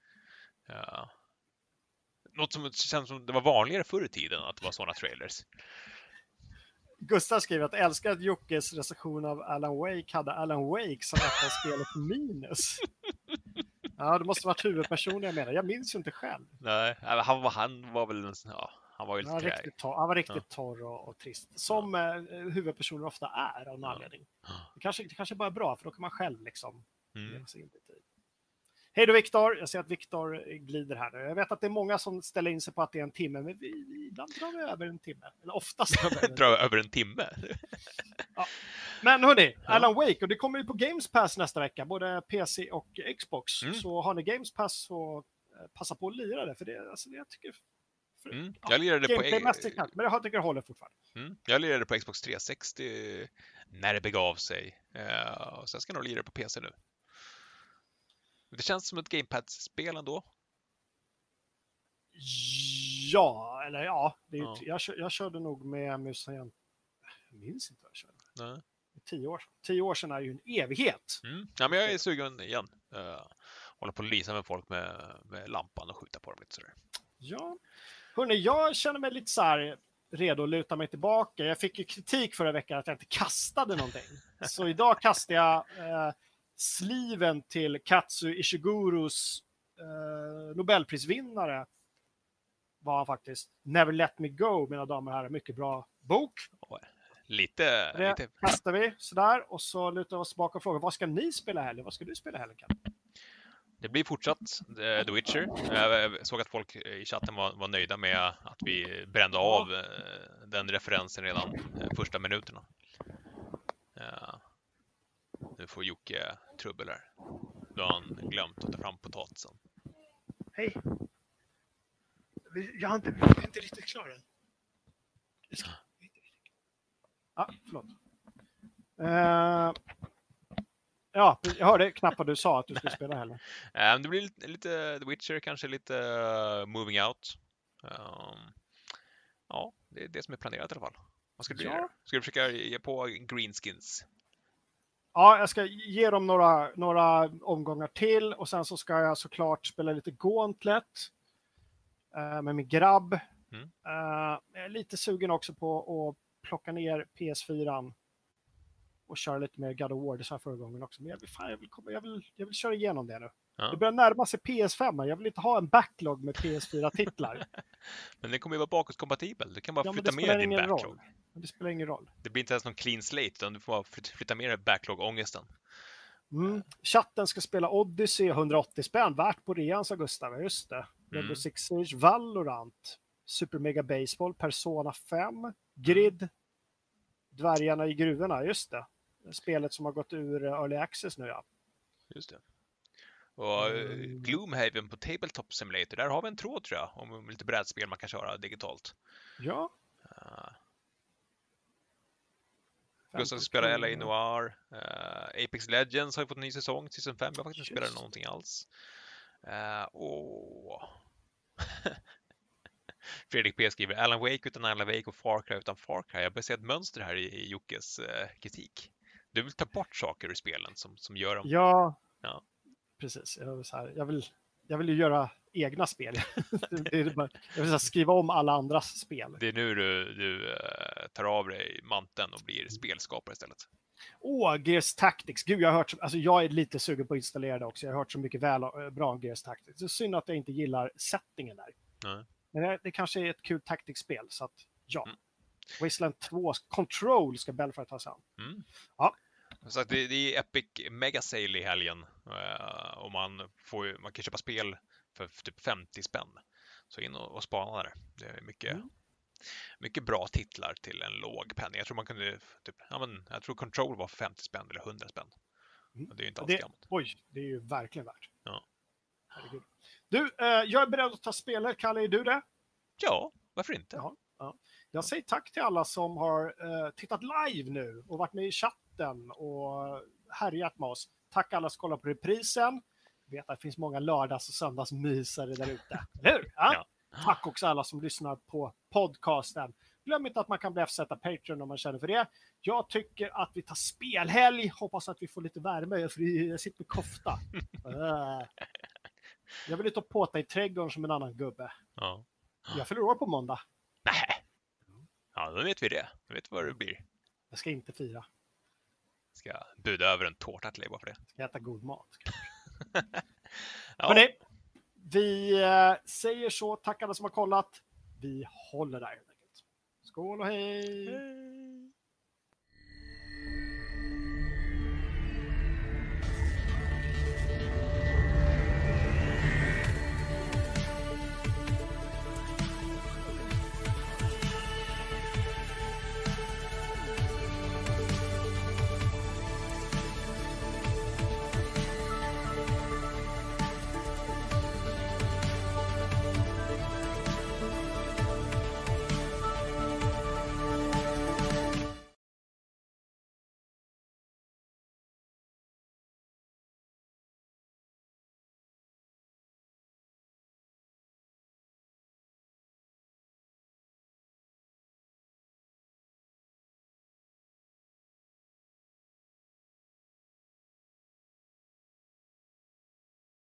Något som känns som det var vanligare förr i tiden att det var sådana trailers. Gustav skriver att älskar att Jockes recension av Alan Wake hade Alan Wake som ett av spelet minus. Ja, det måste varit huvudpersonen jag menar. Jag minns ju inte själv. Nej, han var väl han Han var ju lite träg. Han var riktigt torr och trist. Som huvudpersoner ofta är av en anledning. Det kanske bara är bra, för då kan man själv liksom leva sig in lite i. Hej då Viktor, jag ser att Viktor glider här nu. Jag vet att det är många som ställer in sig på att det är en timme, men ibland drar vi över en timme. Eller oftast drar över en timme. Ja. Men hörni, Alan Wake, och det kommer ju på Games Pass nästa vecka, både PC och Xbox. Så har ni Games Pass så passa på att lira det, för det, alltså, jag tycker... Jag lirade det på... Men jag tycker det håller fortfarande. Jag lirade det på Xbox 360 när det begav sig. Och sen ska jag nog lira det på PC nu. Det känns som ett Gamepad-spel ändå. Ja, eller ja. Det är jag körde nog med musen. Jag minns inte vad jag körde. Nej. 10 år sedan. 10 år sedan är ju en evighet. Ja, men jag är sugen igen. Hålla på att lysa med folk med lampan och skjuta på dem lite sådär. Ja. Hörrni, jag känner mig lite så här redo att luta mig tillbaka. Jag fick ju kritik förra veckan att jag inte kastade någonting. Så idag kastade jag sliven till Kazuo Ishigurus Nobelprisvinnare. Var han faktiskt. Never Let Me Go, mina damer och herrar. Mycket bra bok. Lite kastar vi sådär. Och så lutar vi oss tillbaka och frågar, vad ska ni spela helgen? Vad ska du spela helgen, Kalle? Det blir fortsatt The Witcher. Jag såg att folk i chatten var nöjda med att vi brände av den referensen redan första minuterna. Nu får Jocke trubbel här. Då har han glömt att ta fram potatisen. Hej. Jag är inte riktigt klar än. Förlåt. Ja, jag hörde knappt vad du sa att du skulle spela heller. Det blir lite The Witcher, kanske lite Moving Out. Ja, det är det som är planerat i alla fall. Vad ska du göra? Ska du försöka ge på Greenskins? Ja, jag ska ge dem några omgångar till och sen så ska jag såklart spela lite Gauntlet med min grabb. Jag är lite sugen också på att plocka ner PS4 och köra lite mer God of War, det sa jag förra gången också. Men jag vill köra igenom det nu. Ja. Det börjar närma sig PS5. Jag vill inte ha en backlog med PS4-titlar. Men det kommer ju vara bakåtkompatibel. Du kan bara flytta med din backlog. Det spelar ingen roll. Det blir inte ens någon clean slate, utan du får bara flytta med backlog-ångesten. Chatten ska spela Odyssey 180 spänn. Värt på rean, sa Gustav. Just det. Rainbow Six Siege, Valorant, Super Mega Baseball, Persona 5, Grid, Dvärgarna i gruvorna. Just det. Spelet som har gått ur Early Access nu, ja. Just det. Och Gloomhaven på Tabletop Simulator, där har vi en tråd tror jag, om lite brädspel man kan köra digitalt. Ja. Gustav spelar LA Noir. Apex Legends har ju fått en ny säsong, säsong 5. Jag har faktiskt inte spelat någonting alls. Fredrik P skriver Alan Wake utan Alan Wake och Far Cry utan Far Cry. Jag börjar se ett mönster här i Jockes kritik. Du vill ta bort saker ur spelen som gör dem. Ja. Precis. Jag vill ju göra egna spel. Jag vill skriva om alla andras spel. Det är nu du tar av dig manteln och blir spelskapare istället. Gears Tactics. Gud, jag har hört, alltså jag är lite sugen på att installera det också. Jag har hört så mycket bra om Gears Tactics. Det är synd att jag inte gillar settingen där. Men det kanske är ett kul taktikspel, så att ja. Wasteland 2 Control ska Belfry ta sig an. Ja. Så det är Epic Mega Sale i helgen och man kan köpa spel för typ 50 spänn. Så in och spana där. Det är mycket bra titlar till en låg penning. Jag tror man kunde jag tror Control var för 50 spänn eller 100 spänn. Det är ju inte alls gammalt. Oj, det är ju verkligen värt. Ja. Herregud. Du, jag är beredd att ta spelet. Kalle, är du det? Ja, varför inte? Ja. Jag säger tack till alla som har tittat live nu och varit med i chatten och härjat med oss. Tack alla som kollar på reprisen. Jag vet att det finns många lördags- och söndagsmysare där ute. Eller hur? Ja. Tack också alla som lyssnar på podcasten. Glöm inte att man kan sätta Patreon om man känner för det. Jag tycker att vi tar spelhelg. Hoppas att vi får lite värme, för jag sitter med kofta. Jag vill inte påta i trädgården som en annan gubbe. Ja. Jag förlorar på måndag. Nej. Ja, då vet vi det. Då vet vi vad det blir. Jag ska inte fira. Ska buda över en tårta till dig bara för det. Ska äta god mat. Ja. Hörrni, vi säger så. Tack alla som har kollat. vi håller där helt enkelt. Skål och hej!